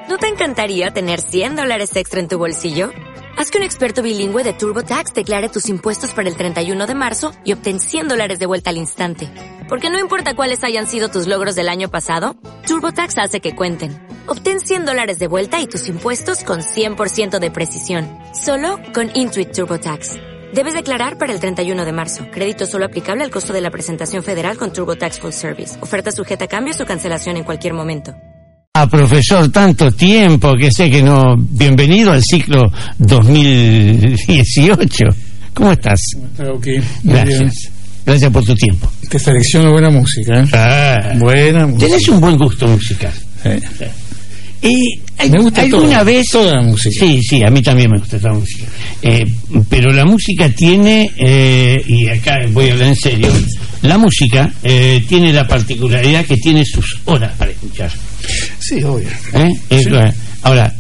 ¿No te encantaría tener $100 extra en tu bolsillo? Haz que un experto bilingüe de TurboTax declare tus impuestos para el 31 de marzo y obtén $100 de vuelta al instante. Porque no importa cuáles hayan sido tus logros del año pasado, TurboTax hace que cuenten. Obtén $100 de vuelta y tus impuestos con 100% de precisión. Solo con Intuit TurboTax. Debes declarar para el 31 de marzo. Crédito solo aplicable al costo de la presentación federal con TurboTax Full Service. Oferta sujeta a cambios o cancelación en cualquier momento. Profesor, tanto tiempo que sé que no. Bienvenido al ciclo 2018. ¿Cómo estás? Okay. Gracias. Bien. Gracias por tu tiempo. Te selecciono buena música, ¿eh? Buena música. Tenés un buen gusto musical. Me gusta ¿alguna vez toda la música? Sí, a mí también me gusta toda la música. Pero la música tiene, y acá voy a hablar en serio, la música tiene la particularidad que tiene sus horas para escuchar. Sí, obvio. Sí. Ahora,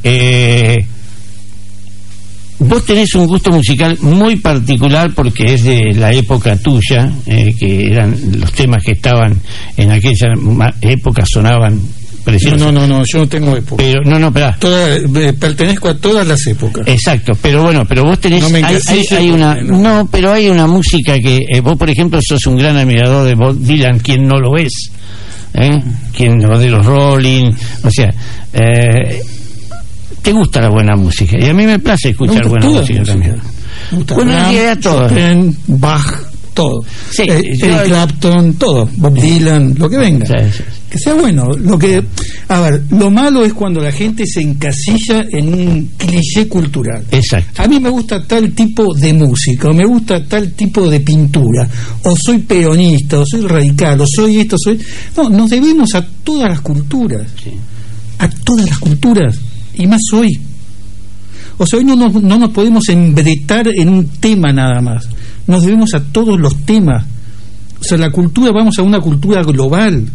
vos tenés un gusto musical muy particular porque es de la época tuya, que eran los temas que estaban en aquella época sonaban preciosos. No, yo no tengo época. Pero pertenezco a todas las épocas. Exacto, pero vos tenés pero hay una música que vos, por ejemplo, sos un gran admirador de Bob Dylan, quien no lo es, de los Rolling, o sea, te gusta la buena música y a mí me place escuchar buena música también. Bueno, en realidad todo. Chopin, Bach, todo. Sí, Eric Clapton, todo. Bob Dylan, lo que venga. Sí. Que sea bueno. Lo malo es cuando la gente se encasilla en un cliché cultural. Exacto. A mí me gusta tal tipo de música, o me gusta tal tipo de pintura, o soy peronista, o soy radical, o soy esto, No, nos debemos a todas las culturas. Sí. A todas las culturas. Y más hoy. O sea, hoy no nos podemos embretar en un tema nada más. Nos debemos a todos los temas. O sea, la cultura, vamos a una cultura global.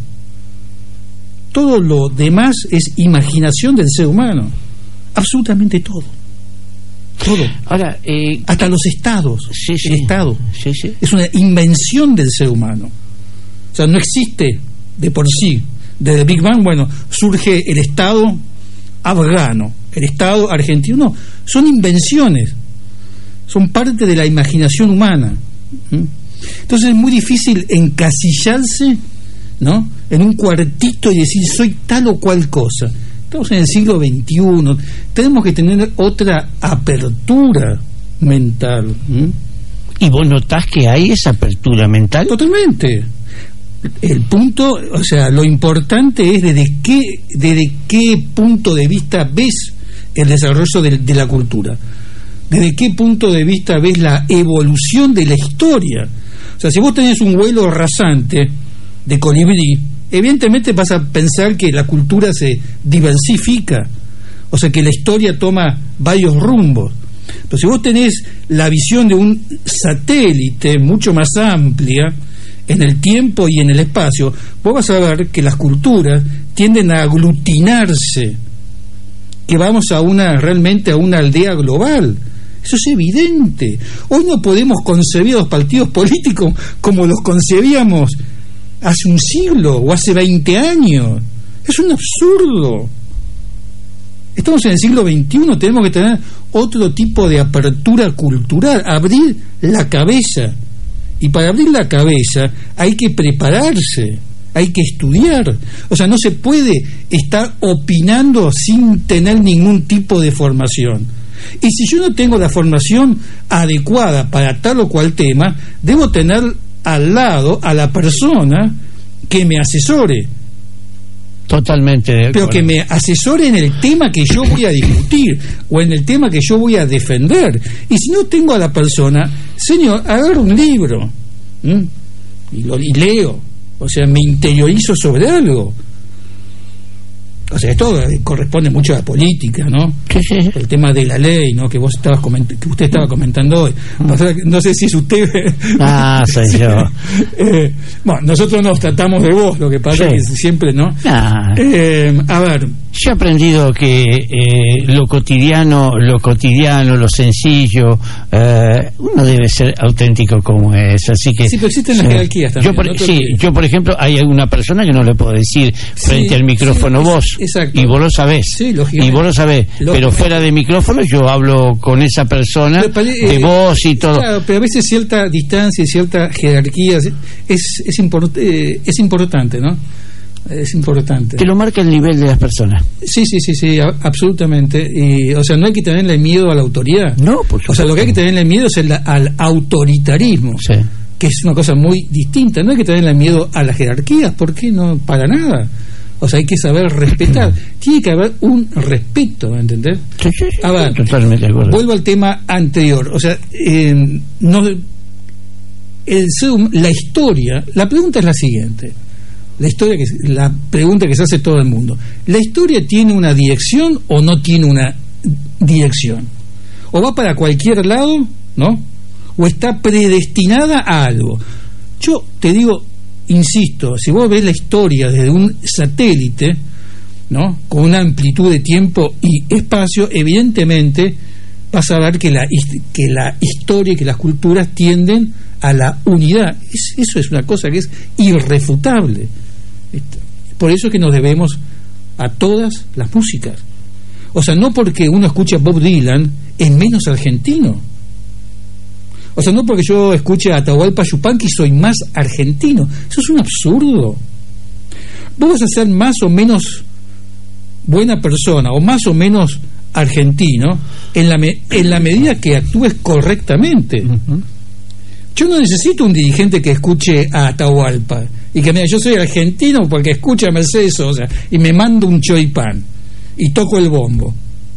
Todo lo demás es imaginación del ser humano. Absolutamente todo. Todo. Ahora, hasta los estados. Sí. El estado. Sí. Es una invención del ser humano. O sea, no existe de por sí. Desde el Big Bang, surge el estado afgano, el estado argentino. No, son invenciones. Son parte de la imaginación humana. Entonces es muy difícil encasillarse, ¿no?, en un cuartito y decir soy tal o cual cosa. Estamos en el siglo XXI, tenemos que tener otra apertura mental. ¿Y vos notás que hay esa apertura mental? Totalmente. El punto, o sea, lo importante es desde qué punto de vista ves el desarrollo de la cultura, desde qué punto de vista ves la evolución de la historia. O sea, si vos tenés un vuelo rasante de colibrí, evidentemente vas a pensar que la cultura se diversifica, o sea, que la historia toma varios rumbos. Pero si vos tenés la visión de un satélite mucho más amplia en el tiempo y en el espacio, vos vas a ver que las culturas tienden a aglutinarse, que vamos realmente a una aldea global. Eso es evidente. Hoy no podemos concebir a los partidos políticos como los concebíamos hace un siglo o hace 20 años. Es un absurdo. Estamos en el siglo XXI, tenemos que tener otro tipo de apertura cultural, abrir la cabeza. Y para abrir la cabeza hay que prepararse, hay que estudiar. O sea, no se puede estar opinando sin tener ningún tipo de formación. Y si yo no tengo la formación adecuada para tal o cual tema, debo tener al lado a la persona que me asesore. Totalmente de acuerdo. Pero que me asesore en el tema que yo voy a discutir o en el tema que yo voy a defender. Y si no tengo a la persona, señor, agarro un libro y leo. O sea, me interiorizo sobre algo. O sea, esto corresponde mucho a la política, ¿no? Sí. El tema de la ley, ¿no?, que usted estaba comentando hoy. No sé si es usted. Soy yo. Bueno, nosotros nos tratamos de vos, lo que pasa es que siempre, ¿no? A ver, Yo he aprendido que lo cotidiano, lo sencillo, uno debe ser auténtico como es, así que... Sí, pero existen las jerarquías también. Yo, por ejemplo, hay una persona que no le puedo decir frente al micrófono vos, exacto. Y vos lo sabés, y vos lo sabés, pero fuera de micrófono yo hablo con esa persona de vos y todo. Claro, pero a veces cierta distancia y cierta jerarquía es importante, ¿no? Es importante. Que lo marca el nivel de las personas. Sí, absolutamente. Y, o sea, no hay que tenerle miedo a la autoridad. No, por supuesto. O sea, lo que hay que tenerle miedo es al autoritarismo, sí, que es una cosa muy distinta. No hay que tenerle miedo a las jerarquías, ¿por qué no? Para nada. O sea, hay que saber respetar. Tiene que haber un respeto, ¿entendés? Sí, a ver, totalmente de acuerdo. Vuelvo al tema anterior. O sea, la historia, la pregunta es la siguiente. La pregunta que se hace todo el mundo: ¿la historia tiene una dirección o no tiene una dirección? ¿O va para cualquier lado, no? ¿O está predestinada a algo? Yo te digo, insisto, si vos ves la historia desde un satélite, ¿no?, con una amplitud de tiempo y espacio, evidentemente vas a ver que la historia y que las culturas tienden a la unidad. Eso es una cosa que es irrefutable. Por eso es que nos debemos a todas las músicas. O sea, no porque uno escuche a Bob Dylan es menos argentino. O sea, no porque yo escuche a Atahualpa Yupanqui soy más argentino. Eso es un absurdo. Vos vas a ser más o menos buena persona o más o menos argentino en la medida que actúes correctamente. Yo no necesito un dirigente que escuche a Atahualpa y que me diga: yo soy argentino porque escucha a Mercedes Sosa y me mando un choipán y toco el bombo.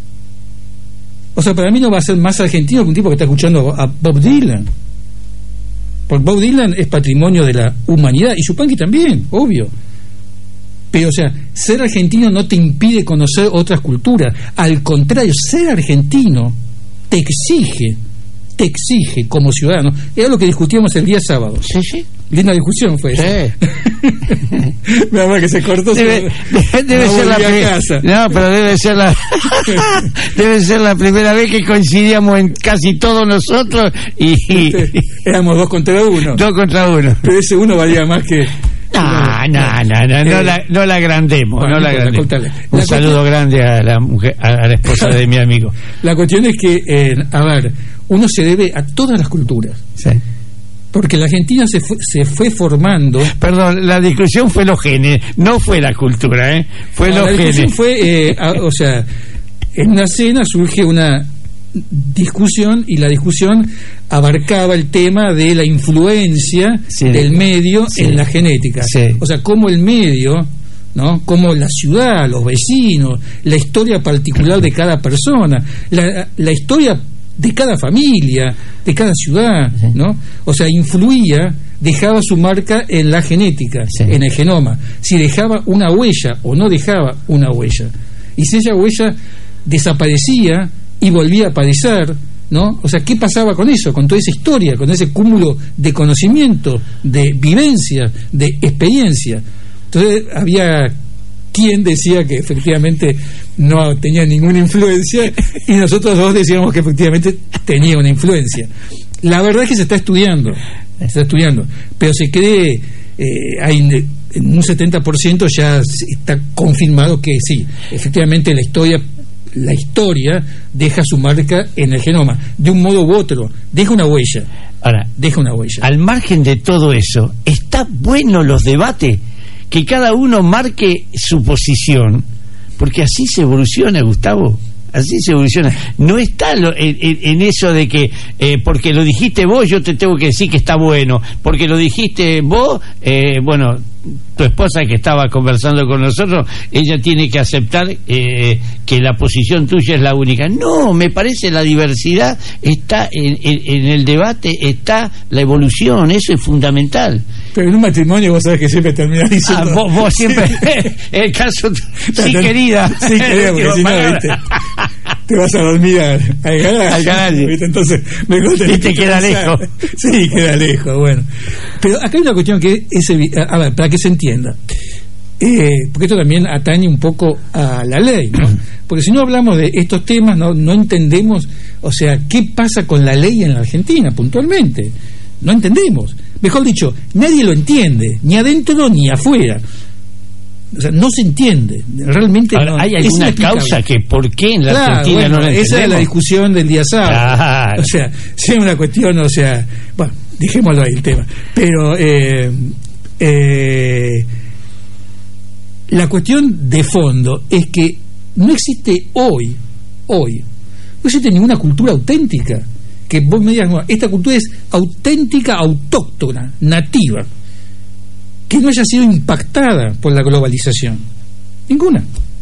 O sea, para mí no va a ser más argentino que un tipo que está escuchando a Bob Dylan, porque Bob Dylan es patrimonio de la humanidad y Yupanqui también, obvio. Pero, o sea, ser argentino no te impide conocer otras culturas. Al contrario, ser argentino te exige como ciudadano. Era lo que discutíamos el día sábado. Sí. Linda discusión fue esa. Mi mamá que se cortó. Debe ser la casa. No, pero debe ser la primera vez que coincidíamos en casi todos nosotros y éramos 2 contra 1. 2 contra 1. Pero ese uno valía más que... No la agrandemos. Un saludo grande a la mujer, a la esposa de mi amigo. La cuestión es que, uno se debe a todas las culturas. Sí. Porque la Argentina se fue formando. Perdón, la discusión fue los genes, no fue la cultura, fue los genes. La discusión fue, o sea, en una cena surge una discusión y la discusión abarcaba el tema de la influencia del medio en la genética. O sea, cómo el medio, ¿no?, cómo la ciudad, los vecinos, la historia particular de cada persona, la historia de cada familia, de cada ciudad, ¿no? O sea, influía, dejaba su marca en la genética, en el genoma, si dejaba una huella o no dejaba una huella. Y si esa huella desaparecía y volvía a aparecer, ¿no? O sea, ¿qué pasaba con eso? Con toda esa historia, con ese cúmulo de conocimiento, de vivencia, de experiencia. Entonces había quien decía que efectivamente no tenía ninguna influencia y nosotros dos decíamos que efectivamente tenía una influencia. La verdad es que se está estudiando, pero se cree, hay en un 70% ya está confirmado que sí, efectivamente la historia deja su marca en el genoma, de un modo u otro, deja una huella. Ahora, al margen de todo eso, está bueno los debates, que cada uno marque su posición, porque así se evoluciona, Gustavo, así se evoluciona. No está en eso de que porque lo dijiste vos yo te tengo que decir que está bueno, porque lo dijiste vos, bueno, tu esposa que estaba conversando con nosotros, ella tiene que aceptar que la posición tuya es la única. No, me parece la diversidad está en el debate, está la evolución, eso es fundamental. Pero en un matrimonio vos sabés que siempre terminás diciendo... vos siempre... el caso... Sí, querida. Sí, querida, porque si no, ¿viste? Te vas a dormir al garaje, ¿viste? Entonces, mejor y te queda lejos. Sí, queda lejos, bueno. Pero acá hay una cuestión que es... A ver, para que se entienda. porque esto también atañe un poco a la ley, ¿no? Porque si no hablamos de estos temas, no entendemos, o sea, qué pasa con la ley en la Argentina puntualmente. No entendemos. Mejor dicho, nadie lo entiende, ni adentro ni afuera. O sea, no se entiende. Realmente ahora, no, ¿hay alguna causa que por qué en la Argentina no la entendemos? Esa es la discusión del día sábado. Claro. O sea, si es una cuestión, o sea, bueno, dejémoslo ahí el tema. Pero la cuestión de fondo es que no existe hoy, no existe ninguna cultura auténtica que vos me digas, esta cultura es auténtica, autóctona, nativa, que no haya sido impactada por la globalización. Ninguna.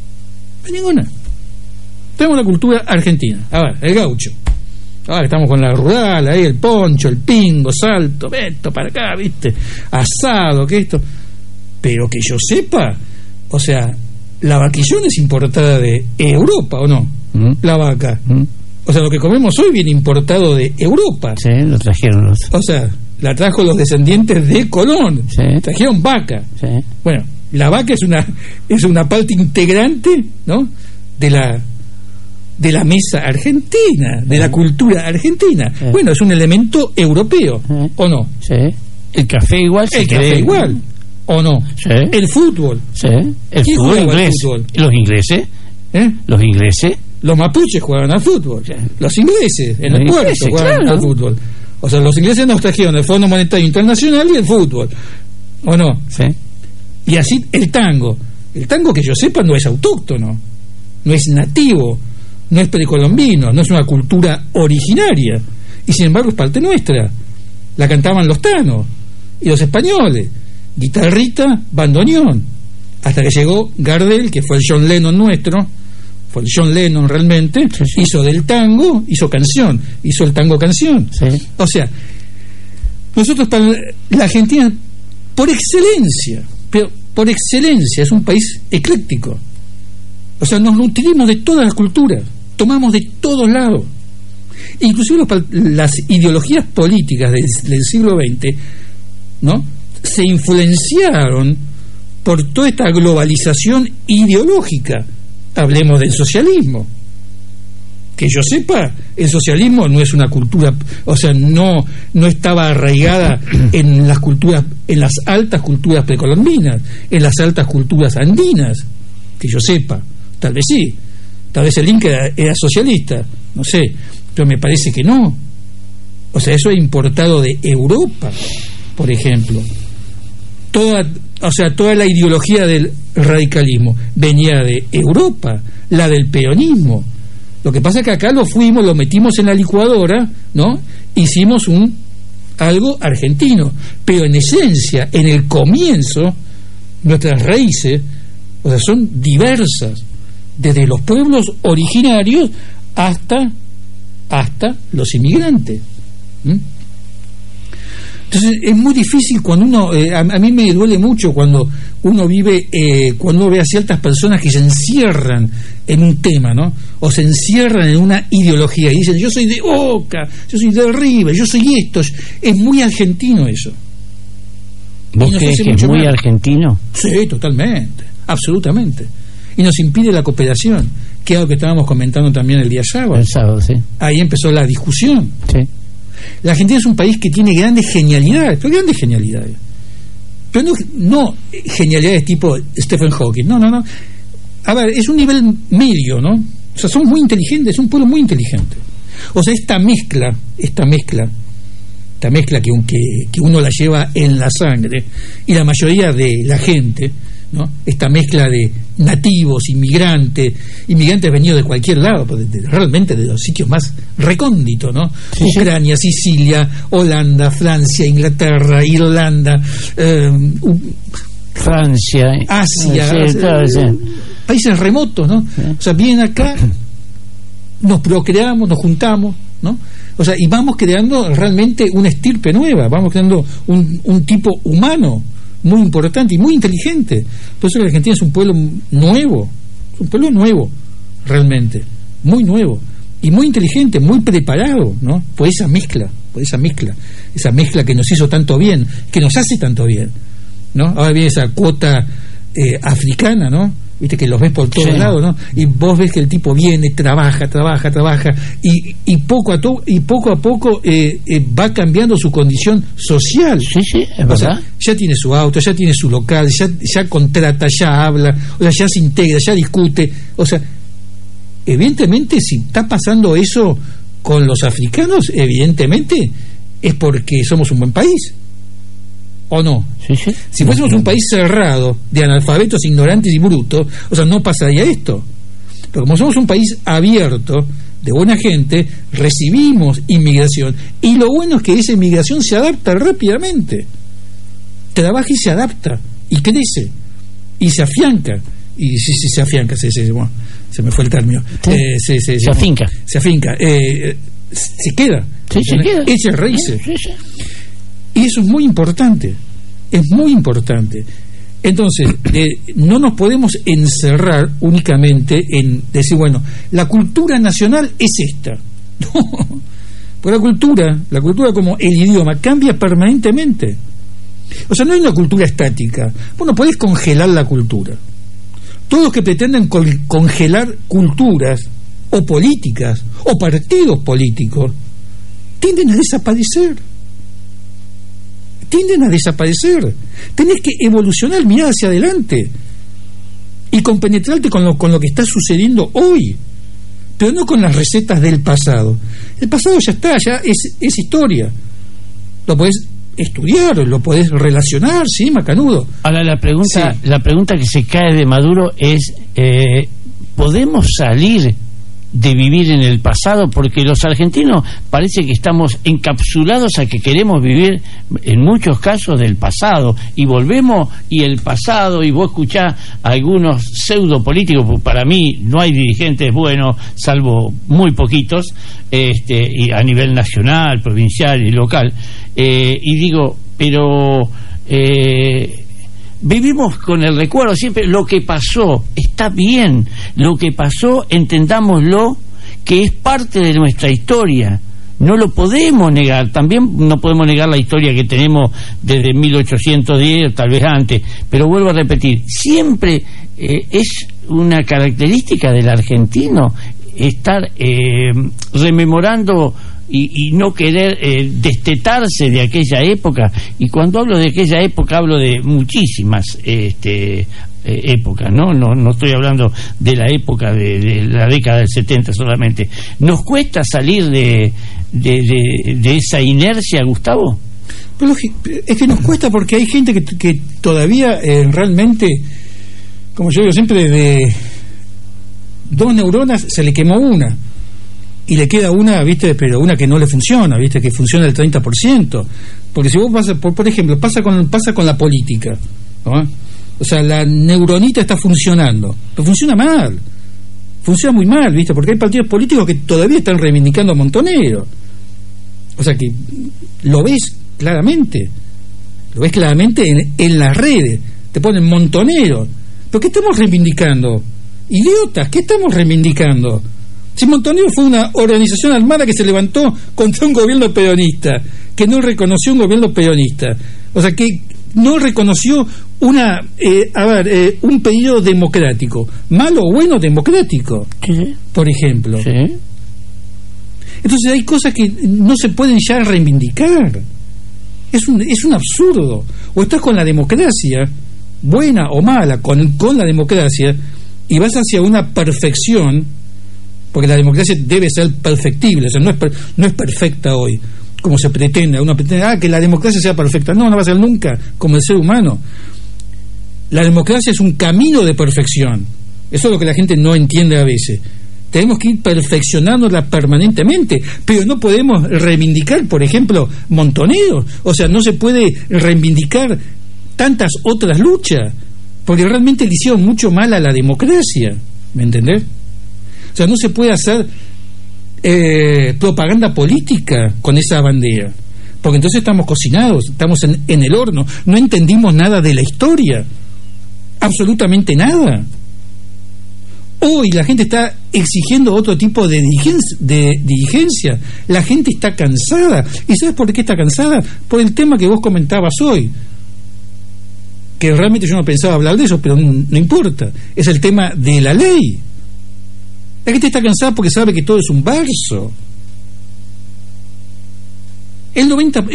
Tenemos la cultura argentina. A ver, el gaucho. Ahora estamos con la rural, ahí el poncho, el pingo, salto, esto para acá, ¿viste? Asado, que esto. Pero que yo sepa, o sea, la vaquillón es importada de Europa, ¿o no? La vaca. O sea, lo que comemos hoy viene importado de Europa. Sí, lo trajeron los... O sea, la trajo los descendientes de Colón. Sí. Trajeron vaca. Sí. Bueno, la vaca es una parte integrante, ¿no? de la mesa argentina, de la cultura argentina. Sí. Bueno, es un elemento europeo, ¿o no? Sí. El café igual. El café igual, ¿o no? Sí. El fútbol. Sí. El fútbol inglés. Los ingleses. Los ingleses. Los mapuches jugaban al fútbol. Sí. Los ingleses en el puerto jugaban al fútbol. O sea, los ingleses nos trajeron el Fondo Monetario Internacional y el fútbol, ¿o no? Sí. Y así el tango. El tango, que yo sepa, no es autóctono, no es nativo, no es precolombino, no es una cultura originaria. Y sin embargo es parte nuestra. La cantaban los tanos y los españoles. Guitarrita, bandoneón. Hasta que llegó Gardel, que fue el John Lennon nuestro. Fue el John Lennon realmente. Sí, sí. Hizo del tango, hizo canción. Hizo el tango canción. Sí. O sea, nosotros, para la Argentina, por excelencia, pero por excelencia, es un país ecléctico. O sea, nos nutrimos de todas las culturas, tomamos de todos lados. Inclusive las ideologías políticas del siglo XX, ¿no?, se influenciaron por toda esta globalización ideológica. Hablemos del socialismo. Que yo sepa, el socialismo no es una cultura, o sea, no estaba arraigada en las culturas, en las altas culturas precolombinas, en las altas culturas andinas, que yo sepa. Tal vez sí, tal vez el Inca era socialista, no sé, pero me parece que no. O sea, eso es importado de Europa, por ejemplo. Toda la ideología del radicalismo venía de Europa, la del peronismo. Lo que pasa es que acá lo metimos en la licuadora, ¿no? Hicimos algo argentino, pero en esencia, en el comienzo, nuestras raíces, o sea, son diversas, desde los pueblos originarios hasta los inmigrantes. Entonces es muy difícil cuando uno, a mí me duele mucho cuando uno vive, cuando uno ve a ciertas personas que se encierran en un tema, ¿no? O se encierran en una ideología y dicen, yo soy de Boca, yo soy de River, yo soy esto. Es muy argentino eso. ¿Vos crees que es muy argentino? Sí, totalmente, absolutamente. Y nos impide la cooperación, que es algo que estábamos comentando también el día sábado. El sábado, sí. Ahí empezó la discusión. Sí. La Argentina es un país que tiene grandes genialidades, pero no genialidades tipo Stephen Hawking, no. A ver, es un nivel medio, ¿no? O sea, somos muy inteligentes, es un pueblo muy inteligente. O sea, esta mezcla que uno la lleva en la sangre, y la mayoría de la gente, ¿no?, esta mezcla de nativos, inmigrantes venidos de cualquier lado, realmente de los sitios más recónditos, ¿no? Sí, Ucrania, sí. Sicilia, Holanda, Francia, Inglaterra, Irlanda, Francia, Asia, sí. Países remotos, ¿no? Sí. O sea, vienen acá, nos procreamos, nos juntamos, ¿no? O sea, y vamos creando realmente una estirpe nueva, vamos creando un tipo humano muy importante y muy inteligente. Por eso la Argentina es un pueblo nuevo, realmente, muy nuevo y muy inteligente, muy preparado, ¿no? Por esa mezcla que nos hizo tanto bien, que nos hace tanto bien, ¿no? Ahora viene esa cuota africana, ¿no? Viste que los ves por todos lados, ¿no? Y vos ves que el tipo viene, trabaja y poco a poco va cambiando su condición social. Es verdad. Ya tiene su auto, ya tiene su local, ya contrata, ya habla, o sea, ya se integra, ya discute. O sea, evidentemente, si está pasando eso con los africanos, evidentemente es porque somos un buen país, ¿o no? Si fuésemos un país cerrado de analfabetos, ignorantes y brutos, o sea, no pasaría esto. Pero como somos un país abierto, de buena gente, recibimos inmigración, y lo bueno es que esa inmigración se adapta rápidamente, trabaja y se adapta y crece y se afianca. Y se afianca, bueno, se me fue el término. Se afinca. Se queda. Se queda. Echa raíces. Y eso es muy importante. Entonces, no nos podemos encerrar únicamente en decir, bueno, la cultura nacional es esta. No. Pues la cultura como el idioma cambia permanentemente. O sea, no hay una cultura estática. Vos no podés congelar la cultura. Todos los que pretenden congelar culturas o políticas o partidos políticos tienden a desaparecer. Tenés que evolucionar, mirar hacia adelante y compenetrarte con lo que está sucediendo hoy, pero no con las recetas del pasado. El pasado ya está, ya es historia. Lo podés estudiar, lo podés relacionar, sí, macanudo. Ahora la pregunta que se cae de Maduro es, ¿podemos salir de vivir en el pasado? Porque los argentinos parece que estamos encapsulados a que queremos vivir en muchos casos del pasado, y volvemos y el pasado, y vos escuchás a algunos pseudo políticos, porque para mí no hay dirigentes buenos salvo muy poquitos, y a nivel nacional, provincial y local, y digo, pero vivimos con el recuerdo siempre. Lo que pasó está bien, lo que pasó entendámoslo, que es parte de nuestra historia, no lo podemos negar. También no podemos negar la historia que tenemos desde 1810, tal vez antes, pero vuelvo a repetir, siempre es una característica del argentino estar rememorando y no querer destetarse de aquella época. Y cuando hablo de aquella época hablo de muchísimas épocas, no estoy hablando de la época de la década del 70 solamente. ¿Nos cuesta salir de esa inercia, Gustavo? Pero es que nos cuesta porque hay gente que todavía realmente, como yo digo siempre, de 2 neuronas se le quemó una y le queda una, ¿viste? Pero una que no le funciona, ¿viste? Que funciona el 30%. Porque si vos pasas, por ejemplo, pasa con la política, ¿no? O sea, la neuronita está funcionando, pero funciona mal. Funciona muy mal, ¿viste? Porque hay partidos políticos que todavía están reivindicando a Montonero. O sea que lo ves claramente en las redes. Te ponen Montonero. ¿Pero qué estamos reivindicando? Idiotas, ¿qué estamos reivindicando? Si Montonero fue una organización armada que se levantó contra un gobierno peronista, que no reconoció un gobierno peronista, o sea, que no reconoció un periodo democrático, malo o bueno democrático, por ejemplo. Sí. Entonces hay cosas que no se pueden ya reivindicar. Es un absurdo. O estás con la democracia, buena o mala, con la democracia, y vas hacia una perfección, porque la democracia debe ser perfectible, o sea, no es perfecta hoy, como se pretende. Uno pretende que la democracia sea perfecta. No va a ser nunca como el ser humano. La democracia es un camino de perfección. Eso es lo que la gente no entiende a veces. Tenemos que ir perfeccionándola permanentemente, pero no podemos reivindicar, por ejemplo, Montonero. O sea, no se puede reivindicar tantas otras luchas, porque realmente le hicieron mucho mal a la democracia, ¿me entendés? O sea, no se puede hacer propaganda política con esa bandera, porque entonces estamos cocinados, estamos en el horno, no entendimos nada de la historia, absolutamente nada. Hoy la gente está exigiendo otro tipo de dirigencia. La gente está cansada. ¿Y sabes por qué está cansada? Por el tema que vos comentabas hoy, que realmente yo no pensaba hablar de eso, pero no importa, es el tema de la ley. La gente está cansada porque sabe que todo es un verso. El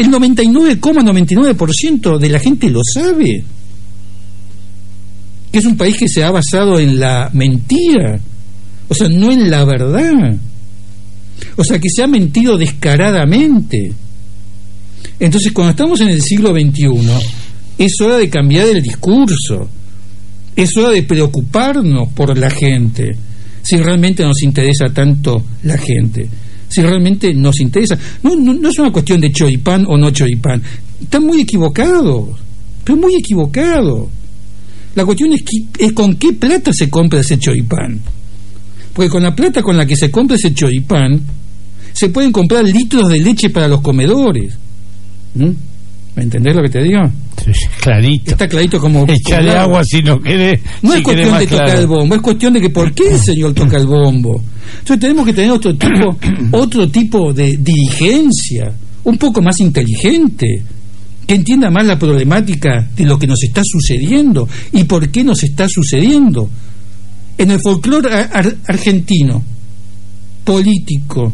99,99% de la gente lo sabe, que es un país que se ha basado en la mentira, o sea, no en la verdad, o sea, que se ha mentido descaradamente. Entonces, cuando estamos en el siglo XXI, es hora de cambiar el discurso, es hora de preocuparnos por la gente, si realmente nos interesa tanto la gente, si realmente nos interesa. No es una cuestión de choripán o no choripán, están muy equivocados, pero muy equivocados. La cuestión es con qué plata se compra ese choripán, porque con la plata con la que se compra ese choripán se pueden comprar litros de leche para los comedores. ¿Me entendés lo que te digo? Sí, clarito. Está clarito como... Echale agua si no querés. No es cuestión de tocar el bombo, es cuestión de que por qué el señor toca el bombo. Entonces tenemos que tener otro tipo de dirigencia, un poco más inteligente, que entienda más la problemática de lo que nos está sucediendo y por qué nos está sucediendo. En el folclore argentino, político,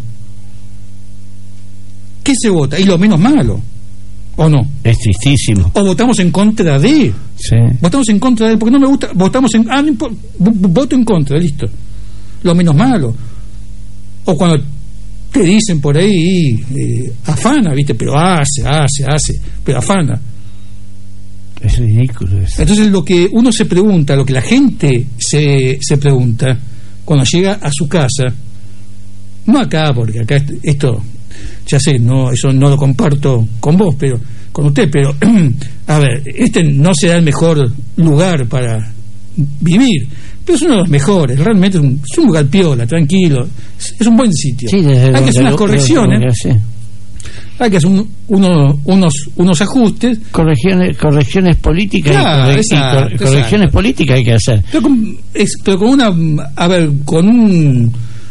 ¿qué se vota? Y lo menos malo, ¿o no? Es tristísimo. O votamos en contra de. Sí. Votamos en contra de, porque no me gusta, votamos en. No importa, voto en contra, listo. Lo menos malo. O cuando te dicen por ahí, afana, ¿viste? Pero hace, pero afana. Es ridículo eso. Entonces, lo que uno se pregunta, lo que la gente se pregunta cuando llega a su casa, no acá, porque acá esto. Ya sé, no, eso no lo comparto con vos, pero con usted, pero a ver, este no será el mejor lugar para vivir, pero es uno de los mejores, realmente es un lugar piola, tranquilo, es un buen sitio. Sí, hay que hacer unas correcciones, hay que hacer unos ajustes, correcciones políticas, claro, correcciones políticas hay que hacer, pero con una, a ver, con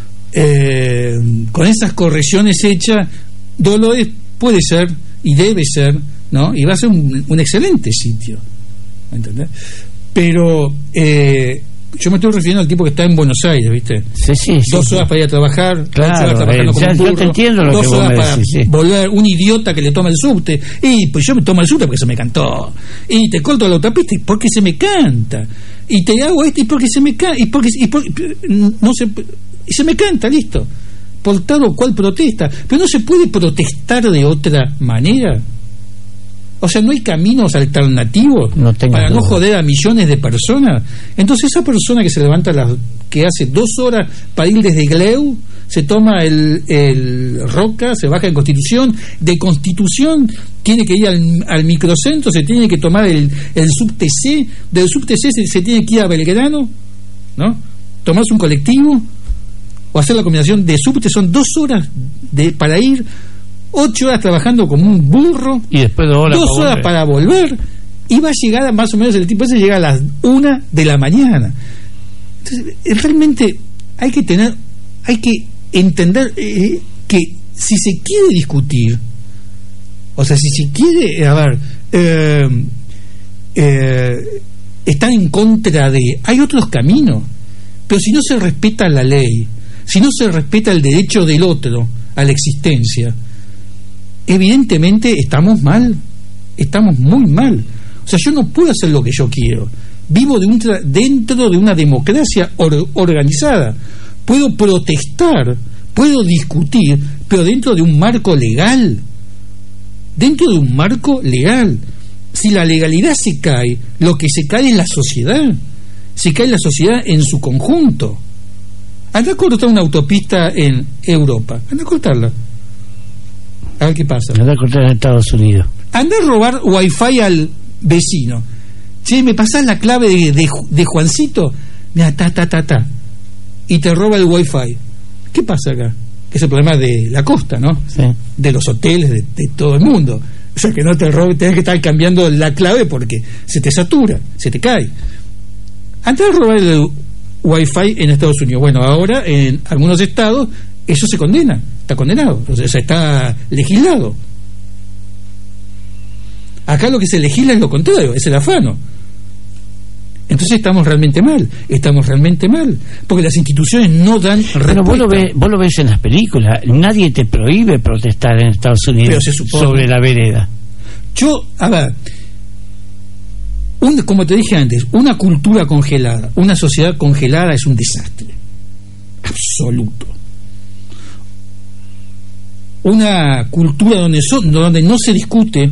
esas correcciones hechas, Dolores puede ser y debe ser, ¿no? Y va a ser un excelente sitio, ¿entendés? Pero yo me estoy refiriendo al tipo que está en Buenos Aires, ¿viste? Sí, 2 horas para ir a trabajar, claro, 2 horas trabajando como un burro, yo te entiendo lo 2 que horas vos me para decís, volver un idiota que le toma el subte, y pues yo me tomo el subte porque se me cantó, y te corto la autopista porque se me canta, y te hago esto y porque se me canta, y se me canta, listo, por tal o cual protesta, pero no se puede protestar de otra manera. O sea, no hay caminos alternativos para no joder a millones de personas. Entonces esa persona que se levanta que hace 2 horas para ir desde Gleu, se toma el Roca, se baja en Constitución, de Constitución tiene que ir al microcentro, se tiene que tomar el subte C, del subte C se tiene que ir a Belgrano, ¿no? Tomarse un colectivo o hacer la combinación de subte, son 2 horas para ir, 8 horas trabajando como un burro, y después 2 horas para volver, y va a llegar más o menos, el tipo ese llega a las 1 de la mañana. Entonces, realmente hay que entender que si se quiere discutir, o sea, si se quiere, estar en contra de, hay otros caminos, pero si no se respeta la ley, si no se respeta el derecho del otro a la existencia, evidentemente estamos mal, estamos muy mal. O sea, yo no puedo hacer lo que yo quiero, vivo dentro de una democracia organizada, puedo protestar, puedo discutir, pero dentro de un marco legal, si la legalidad se cae, lo que se cae es la sociedad, se cae la sociedad en su conjunto. Anda a cortar una autopista en Europa, anda a cortarla, a ver qué pasa. Anda a cortar en Estados Unidos, anda a robar wifi al vecino. Che, ¿me pasás la clave de Juancito? Mira, y te roba el wifi. ¿Qué pasa acá? Que es el problema de la costa, ¿no? Sí. De los hoteles, de todo el mundo. O sea, que no te robe, tenés que estar cambiando la clave porque se te satura, se te cae. Antes de robar el wifi en Estados Unidos, bueno, ahora en algunos estados eso se condena, está condenado, o sea, está legislado. Acá lo que se legisla es lo contrario, es el afano. Entonces estamos realmente mal, porque las instituciones no dan respuesta. Pero vos lo ves en las películas, nadie te prohíbe protestar en Estados Unidos sobre la vereda. Como te dije antes, una cultura congelada, una sociedad congelada es un desastre absoluto. Una cultura donde no se discute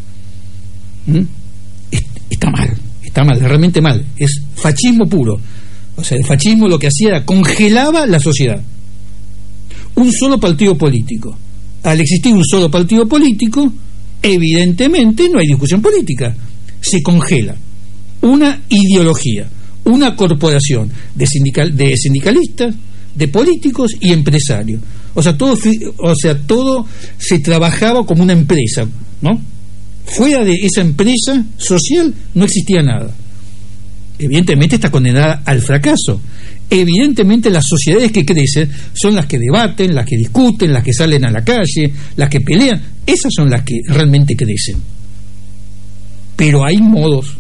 está mal, realmente mal. Es fascismo puro. O sea, el fascismo lo que hacía era congelaba la sociedad. Un solo partido político. Al existir un solo partido político, evidentemente no hay discusión política. Se congela una ideología, una corporación de sindicalistas, de políticos y empresarios. O sea, todo se trabajaba como una empresa, ¿no? Fuera de esa empresa social no existía nada. Evidentemente está condenada al fracaso. Evidentemente las sociedades que crecen son las que debaten, las que discuten, las que salen a la calle, las que pelean. Esas son las que realmente crecen. Pero hay modos.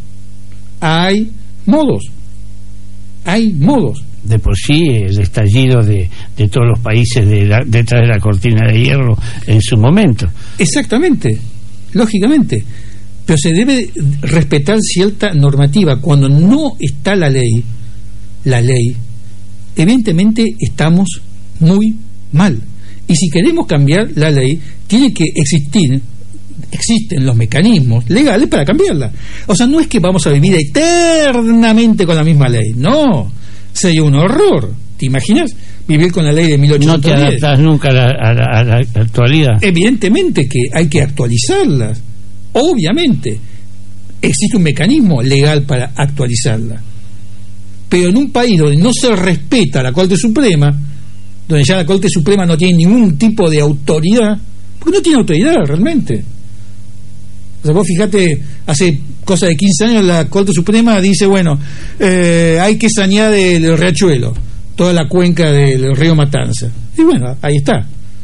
De por sí, el estallido de todos los países detrás de la cortina de hierro en su momento. Exactamente, lógicamente. Pero se debe respetar cierta normativa. Cuando no está la ley, evidentemente estamos muy mal. Y si queremos cambiar la ley, tiene que existen los mecanismos legales para cambiarla. O sea, no es que vamos a vivir eternamente con la misma ley, no, sería un horror. ¿Te imaginas vivir con la ley de 1810? No te adaptas nunca a la actualidad. Evidentemente que hay que actualizarlas, obviamente existe un mecanismo legal para actualizarla, pero en un país donde no se respeta la Corte Suprema, donde ya la Corte Suprema no tiene ningún tipo de autoridad, porque no tiene autoridad realmente. O sea, vos fíjate, hace cosa de 15 años la Corte Suprema dice, bueno, hay que sanear el riachuelo, toda la cuenca del río Matanza. Y bueno, ahí está.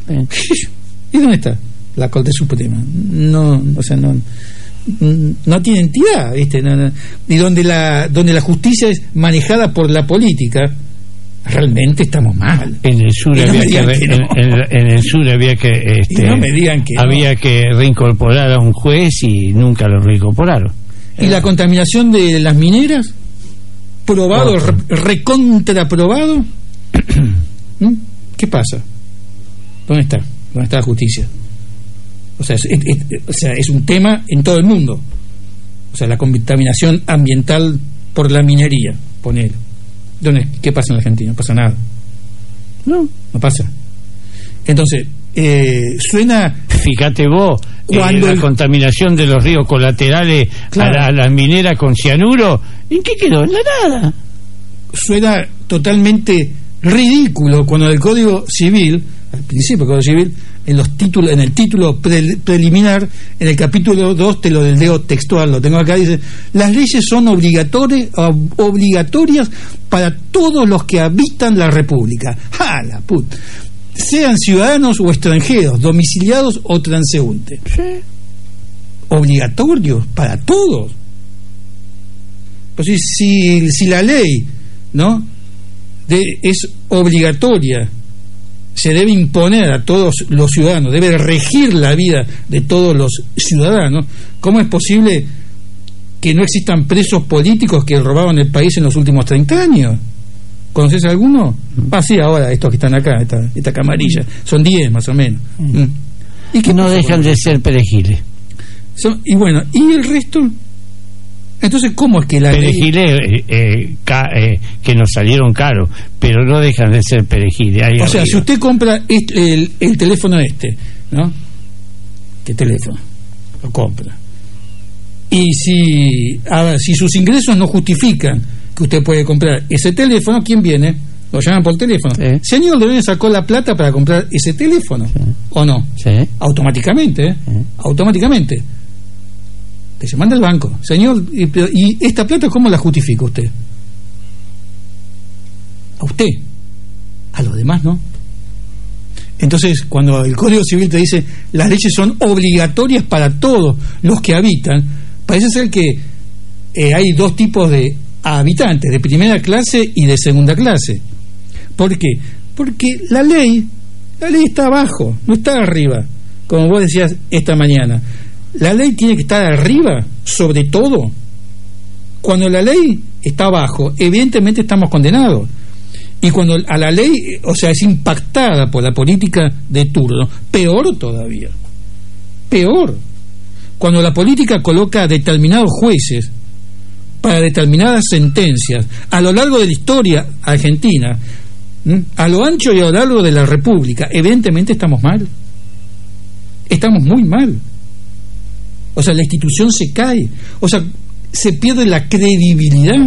¿Y dónde está la Corte Suprema? No, o sea, no tiene entidad, ¿viste? Y donde la justicia es manejada por la política, realmente estamos mal. En el sur había que reincorporar a un juez y nunca lo reincorporaron. ¿Y la contaminación de las mineras? ¿Probado, recontraprobado? ¿Qué pasa? ¿Dónde está la justicia? O sea, es un tema en todo el mundo. O sea, la contaminación ambiental por la minería, ponele. ¿Qué pasa en la Argentina? No pasa nada. No pasa. Entonces, suena... Fíjate vos, cuando la contaminación de los ríos colaterales, claro, a las mineras con cianuro, ¿en qué quedó? En la nada. Suena totalmente ridículo cuando el Código Civil, al principio del Código Civil, en el título preliminar, en el capítulo 2, te lo leo textual, lo tengo acá, dice: las leyes son obligatorias para todos los que habitan la República. ¡Ja, la puta! Sean ciudadanos o extranjeros, domiciliados o transeúntes. ¿Sí? Obligatorios para todos. Pues si la ley, ¿no?, es obligatoria, se debe imponer a todos los ciudadanos, debe regir la vida de todos los ciudadanos, ¿cómo es posible que no existan presos políticos que robaban el país en los últimos 30 años? ¿Conoces alguno? Sí, ahora estos que están acá, esta camarilla, son 10 más o menos. Y que no dejan de ser perejiles. Y bueno, ¿y el resto? Entonces, ¿cómo es que la perejiles que nos salieron caros, pero no dejan de ser perejiles? O sea, si usted compra el teléfono ¿no? ¿Qué teléfono? Lo compra. Y si sus ingresos no justifican que usted puede comprar ese teléfono, ¿quién viene? Lo llaman por teléfono. Sí. Señor, ¿de dónde sacó la plata para comprar ese teléfono? Sí. ¿O no? Sí. Automáticamente, Sí. Automáticamente. Se manda al banco. Señor, ¿y esta plata cómo la justifica usted? A usted. A los demás, ¿no? Entonces, cuando el Código Civil te dice las leyes son obligatorias para todos los que habitan, parece ser que hay dos tipos de a habitantes de primera clase y de segunda clase. ¿Por qué? Porque la ley está abajo, no está arriba, como vos decías esta mañana. La ley tiene que estar arriba, sobre todo. Cuando la ley está abajo, evidentemente estamos condenados. Y cuando a la ley, o sea, es impactada por la política de turno, peor todavía. Peor. Cuando la política coloca a determinados jueces para determinadas sentencias a lo largo de la historia argentina, a lo ancho y a lo largo de la República, evidentemente estamos mal. Estamos muy mal. O sea, la institución se cae. O sea, se pierde la credibilidad.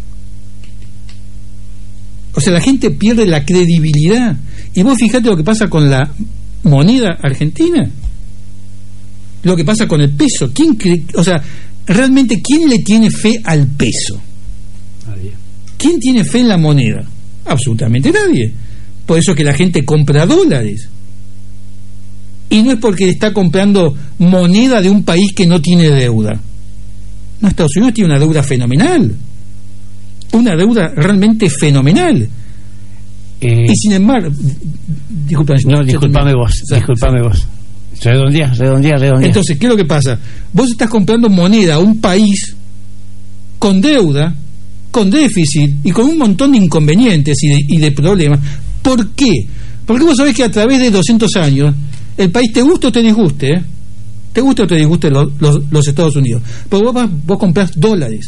O sea, la gente pierde la credibilidad. Y vos fijate lo que pasa con la moneda argentina, lo que pasa con el peso. O sea, realmente, ¿quién le tiene fe al peso? Nadie. ¿Quién tiene fe en la moneda? Absolutamente nadie. Por eso es que la gente compra dólares. Y no es porque está comprando moneda de un país que no tiene deuda. No, Estados Unidos tiene una deuda fenomenal. Una deuda realmente fenomenal. Y sin embargo, disculpame vos. Redondea. Entonces, ¿qué es lo que pasa? Vos estás comprando moneda a un país con deuda, con déficit y con un montón de inconvenientes y de problemas. ¿Por qué? Porque vos sabés que a través de 200 años el país, te guste o te disguste, te guste o te disguste los Estados Unidos, pero vos comprás dólares.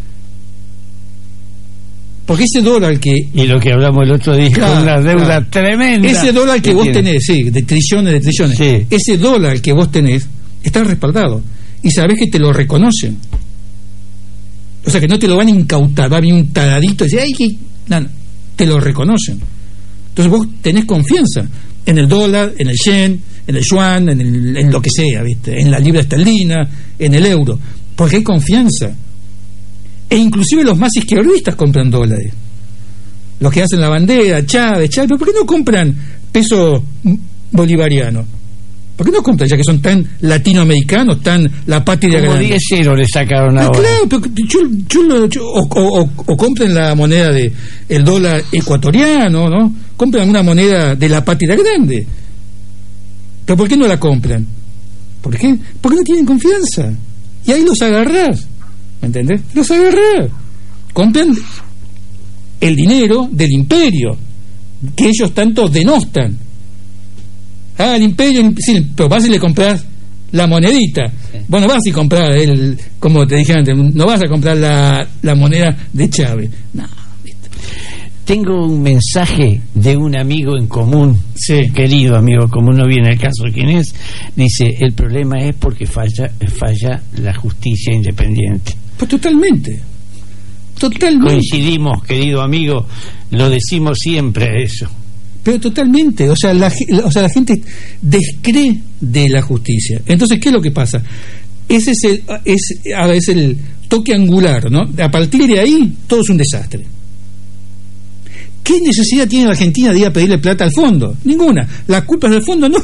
Porque ese dólar que... Y lo que hablamos el otro día, una deuda tremenda. Ese dólar que vos tenés, de trillones, sí. Ese dólar que vos tenés está respaldado. Y sabés que te lo reconocen. O sea, que no te lo van a incautar, va a venir un taradito y dice, ¡ay! No, te lo reconocen. Entonces vos tenés confianza en el dólar, en el yen, en el yuan, en lo que sea, ¿viste? En la libra esterlina, en el euro. Porque hay confianza. E inclusive los más izquierdistas compran dólares. Los que hacen la bandera, Chávez, ¿pero por qué no compran peso bolivariano? ¿Por qué no compran, ya que son tan latinoamericanos, tan la patria grande? Como 10 euros le sacaron ahora. Claro, pero o compren la moneda de el dólar ecuatoriano, ¿no? Compran una moneda de la patria grande. ¿Pero por qué no la compran? ¿Por qué? Porque no tienen confianza. Y ahí los agarrás. ¿Me entendés? Los agarrás. Compran el dinero del imperio que ellos tanto denostan. El imperio, sí, pero vas y le compras la monedita. Sí. Vos no vas y comprar como te dije antes, no vas a comprar la moneda de Chávez. No. Tengo un mensaje de un amigo en común, sí. Querido amigo común, no viene al caso quién es. Dice, el problema es porque falla la justicia independiente. Pues totalmente. Coincidimos, querido amigo, lo decimos siempre eso. Pero totalmente, o sea, la gente descree de la justicia. Entonces, ¿qué es lo que pasa? Ese es el toque angular, ¿no? A partir de ahí, todo es un desastre. ¿Qué necesidad tiene la Argentina de ir a pedirle plata al fondo? Ninguna. ¿La culpa es del fondo? No,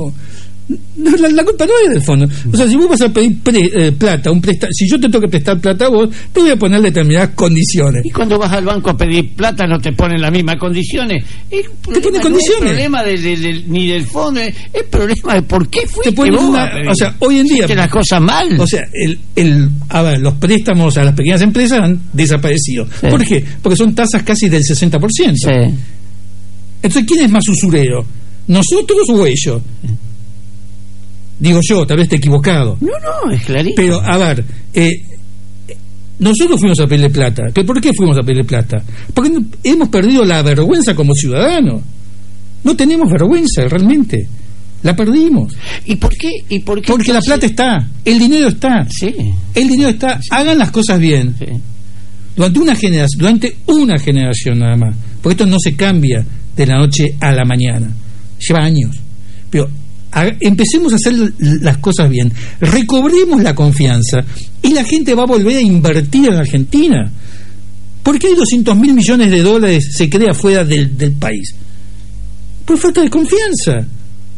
la culpa no es del fondo. O sea, si vos vas a pedir plata, si yo te tengo que prestar plata a vos, te voy a poner determinadas condiciones. Y cuando vas al banco a pedir plata no te ponen las mismas condiciones. Te ponen condiciones. No es problema ni del fondo, es problema de por qué fuiste vos. O sea, hoy en día las cosas mal. O sea, a ver, los préstamos a las pequeñas empresas han desaparecido. Sí. ¿Por qué? Porque son tasas casi del 60%. Sí. Entonces, ¿quién es más usurero? ¿Nosotros o ellos? Sí. Digo yo, tal vez esté equivocado. No, es clarísimo. Pero, a ver, nosotros fuimos a pedirle plata. ¿Pero por qué fuimos a pedirle plata? Porque hemos perdido la vergüenza como ciudadanos. No tenemos vergüenza, realmente. La perdimos. ¿Y por qué? Porque entonces la plata está, el dinero está. Sí. El dinero está. Sí. Hagan las cosas bien. Sí. Durante una generación nada más. Porque esto no se cambia de la noche a la mañana. Lleva años. Pero empecemos a hacer las cosas bien, recobremos la confianza y la gente va a volver a invertir en Argentina. ¿Por qué hay 200.000 millones de dólares se crea fuera del país? Por falta de confianza,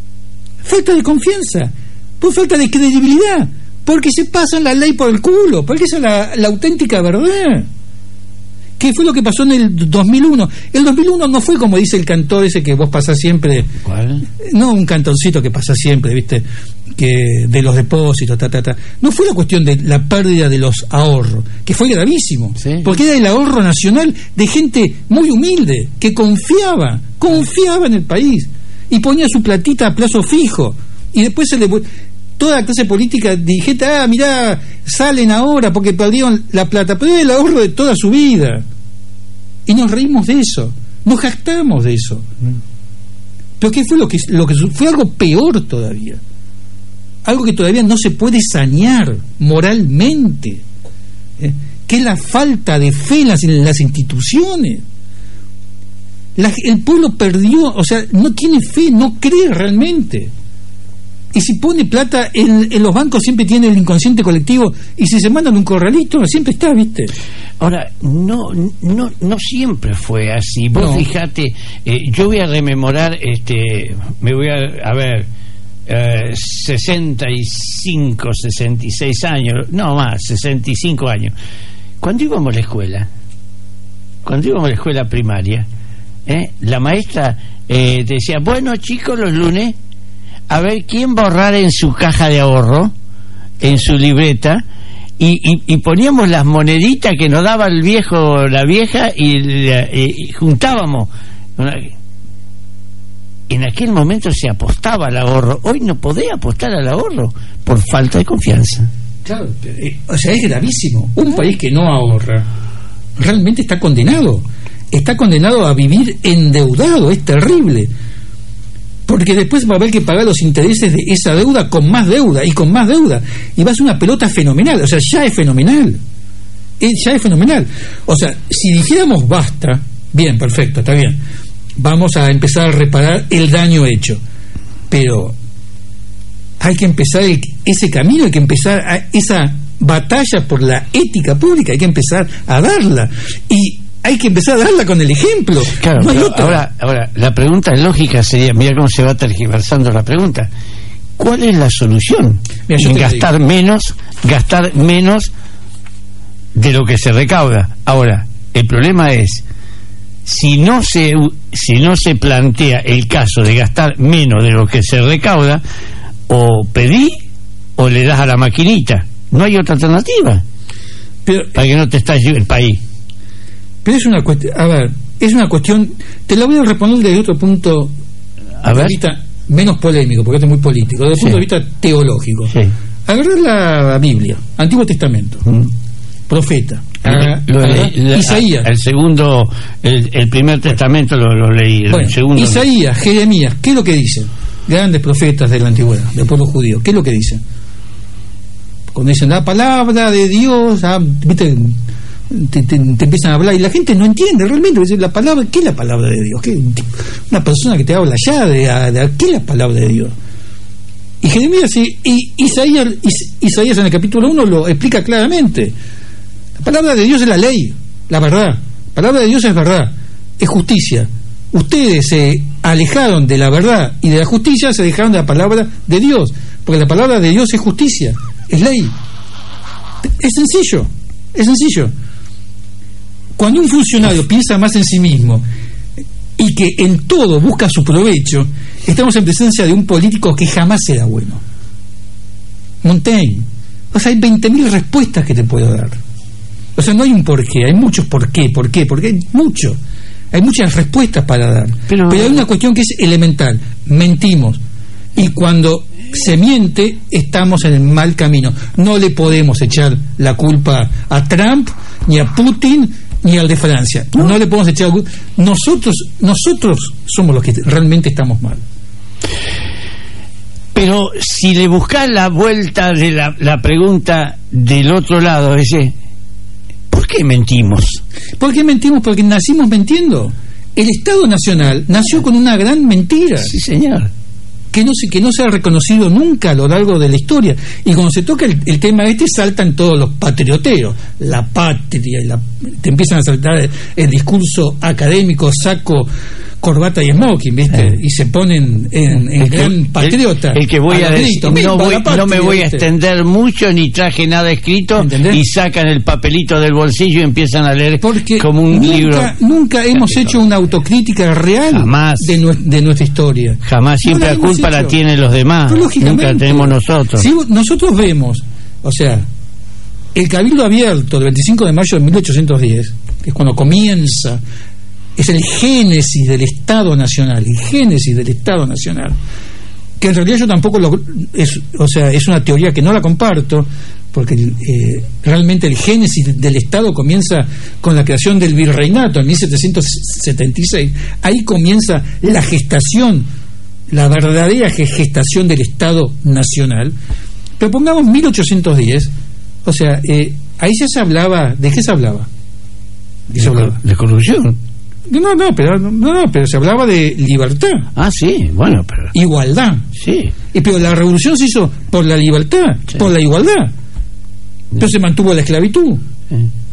por falta de credibilidad, porque se pasan la ley por el culo, porque esa es la auténtica verdad. ¿Qué fue lo que pasó en el 2001? El 2001 no fue como dice el cantor ese que vos pasás siempre. ¿Cuál? No, un cantoncito que pasa siempre, ¿viste? Que de los depósitos, No fue la cuestión de la pérdida de los ahorros, que fue gravísimo, ¿sí? Porque era el ahorro nacional de gente muy humilde, que confiaba en el país y ponía su platita a plazo fijo, y después toda la clase política dirigente, mirá, salen ahora porque perdieron la plata, pero era el ahorro de toda su vida, y nos reímos de eso, nos jactamos de eso. Pero ¿qué fue lo que fue? Algo peor todavía, algo que todavía no se puede sanear moralmente, que es la falta de fe en las instituciones. El pueblo perdió, o sea, no tiene fe, no cree realmente. Y si pone plata en los bancos, siempre tiene el inconsciente colectivo, y si se mandan un corralito, siempre está, ¿viste? Ahora, no siempre fue así. Vos fijate, yo voy a rememorar, me voy a ver, 65, 66 años, no más, 65 años. Cuando íbamos a la escuela primaria, la maestra decía, bueno, chicos, los lunes, a ver quién borrar en su caja de ahorro, en su libreta, y poníamos las moneditas que nos daba el viejo, la vieja, y juntábamos. En aquel momento se apostaba al ahorro. Hoy no podés apostar al ahorro por falta de confianza. Claro, o sea, es gravísimo. Un país que no ahorra realmente está condenado a vivir endeudado. Es terrible, porque después va a haber que pagar los intereses de esa deuda con más deuda y con más deuda, y va a ser una pelota fenomenal. O sea, ya es fenomenal. O sea, si dijéramos basta, bien, perfecto, está bien, vamos a empezar a reparar el daño hecho, pero hay que empezar ese camino, hay que empezar esa batalla por la ética pública, hay que empezar a darla, y hay que empezar a darla con el ejemplo. Claro, no hay otra. Ahora, la pregunta lógica sería, mira cómo se va tergiversando la pregunta, ¿cuál es la solución? Mira, gastar menos de lo que se recauda. Ahora, el problema es, si no se plantea el caso de gastar menos de lo que se recauda, o pedí o le das a la maquinita. No hay otra alternativa, para que no te estalle el país. Pero es una cuestión, es una cuestión, te la voy a responder desde otro punto de vista menos polémico, porque este es muy político, desde el punto de vista teológico. Sí. Agarrar la Biblia, Antiguo Testamento, profeta, Isaías. El segundo, el primer testamento lo leí, el segundo Isaías, Jeremías, ¿qué es lo que dicen? Grandes profetas de la antigüedad, del pueblo judío, ¿qué es lo que dicen? Cuando dicen la palabra de Dios, ¿viste? Te empiezan a hablar y la gente no entiende realmente. La palabra, ¿qué es la palabra de Dios? ¿Qué? Una persona que te habla ya de ¿qué es la palabra de Dios? Y Jeremías y Isaías en el capítulo 1 lo explica claramente. La palabra de Dios es la ley, la verdad. La palabra de Dios es verdad, es justicia. Ustedes se alejaron de la verdad y de la justicia, se dejaron de la palabra de Dios, porque la palabra de Dios es justicia, es ley. Es sencillo. Cuando un funcionario piensa más en sí mismo y que en todo busca su provecho, estamos en presencia de un político que jamás será bueno. Montaigne. O sea, hay 20.000 respuestas que te puedo dar. O sea, no hay un porqué, hay muchos porque hay mucho. Hay muchas respuestas para dar. Pero hay una cuestión que es elemental. Mentimos. Y cuando se miente, estamos en el mal camino. No le podemos echar la culpa a Trump, ni a Putin, ni al de Francia. No le podemos echar. Nosotros somos los que realmente estamos mal. Pero si le buscás la vuelta de la pregunta del otro lado, ¿por qué mentimos? ¿Por qué mentimos? Porque nacimos mintiendo. El Estado Nacional nació con una gran mentira. Sí, señor. Que no se ha reconocido nunca a lo largo de la historia. Y cuando se toca el tema saltan todos los patrioteros. La patria, te empiezan a saltar el discurso académico, saco corbata y smoking, ¿viste? Y se ponen en gran patriota. El que voy a decir, no me voy a extender mucho, ni traje nada escrito, ¿entendés? Y sacan el papelito del bolsillo y empiezan a leer. Porque como un libro. Nunca hemos hecho una autocrítica real de nuestra historia. Jamás, siempre la culpa la tienen los demás, nunca la tenemos nosotros. Si nosotros vemos, o sea, el Cabildo Abierto del 25 de mayo de 1810, que es cuando comienza, es el génesis del Estado Nacional, que en realidad yo tampoco es una teoría que no la comparto, porque realmente el génesis del Estado comienza con la creación del virreinato en 1776. Ahí comienza la gestación, la verdadera gestación del Estado Nacional. Pero pongamos 1810, o sea, ahí ya se hablaba, ¿de qué se hablaba? De corrupción. Pero se hablaba de libertad. Ah, sí, bueno, pero... Igualdad. Sí. Pero la revolución se hizo por la libertad, sí, por la igualdad. Pero se mantuvo la esclavitud. Sí.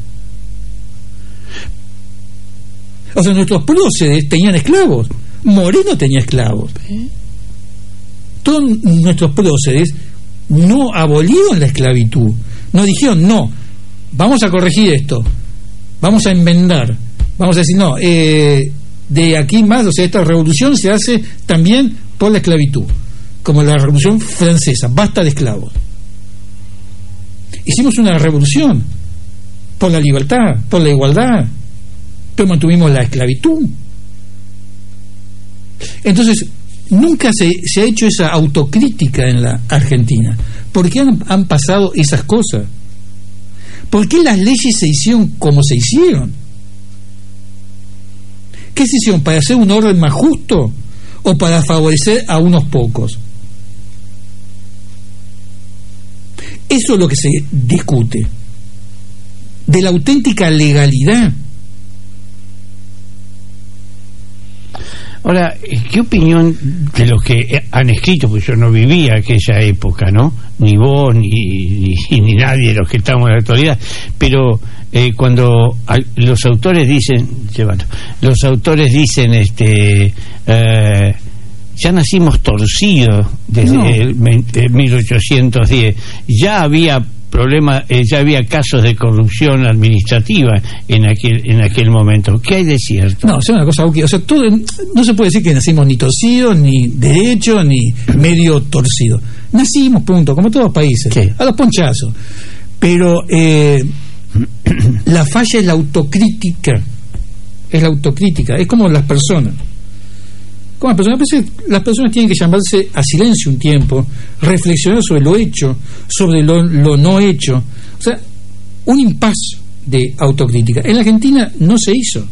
O sea, nuestros próceres tenían esclavos. Moreno tenía esclavos. Sí. Todos nuestros próceres no abolieron la esclavitud. No dijeron, no, vamos a corregir esto, vamos a enmendar, vamos a decir, no, de aquí más, o sea, esta revolución se hace también por la esclavitud, como la Revolución Francesa, basta de esclavos. Hicimos una revolución por la libertad, por la igualdad, pero mantuvimos la esclavitud. Entonces, nunca se ha hecho esa autocrítica en la Argentina. ¿Por qué han pasado esas cosas? ¿Por qué las leyes se hicieron como se hicieron? ¿Qué se hicieron? ¿Para hacer un orden más justo o para favorecer a unos pocos? Eso es lo que se discute, de la auténtica legalidad. Ahora, ¿qué opinión de los que han escrito? Pues yo no vivía aquella época, ¿no? Ni vos, ni nadie de los que estamos en la actualidad. Pero cuando los autores dicen, ya nacimos torcidos desde 1810. Ya había problemas, ya había casos de corrupción administrativa en aquel momento. ¿Qué hay de cierto? No, es una cosa, o sea, todo, no se puede decir que nacimos ni torcidos, ni derechos, ni medio torcidos. Nacimos, punto, como todos los países, ¿sí?, a los ponchazos. Pero la falla es la autocrítica. Es como las personas. Las personas tienen que llamarse a silencio un tiempo, reflexionar sobre lo hecho, sobre lo no hecho. O sea, un impasse de autocrítica. En la Argentina no se hizo.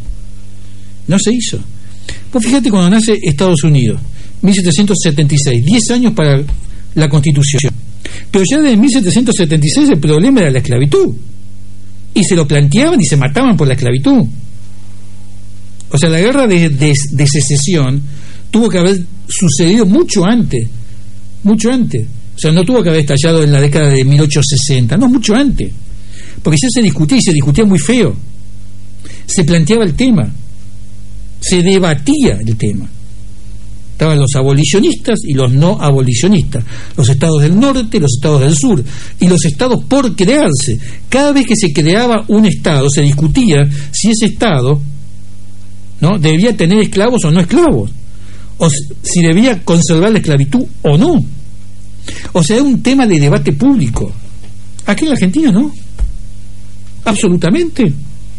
Pues fíjate, cuando nace Estados Unidos, 1776, 10 años para la Constitución. Pero ya desde 1776 el problema era la esclavitud. Y se lo planteaban y se mataban por la esclavitud. O sea, la guerra de secesión tuvo que haber sucedido mucho antes. O sea, no tuvo que haber estallado en la década de 1860, no, mucho antes. Porque ya se discutía, y se discutía muy feo. Se planteaba el tema, se debatía el tema. Estaban los abolicionistas y los no abolicionistas, los estados del norte, los estados del sur, y los estados por crearse. Cada vez que se creaba un estado, se discutía si ese estado, ¿no?, debía tener esclavos o no esclavos, o si debía conservar la esclavitud o no. O sea, es un tema de debate público. Aquí en la Argentina no, absolutamente.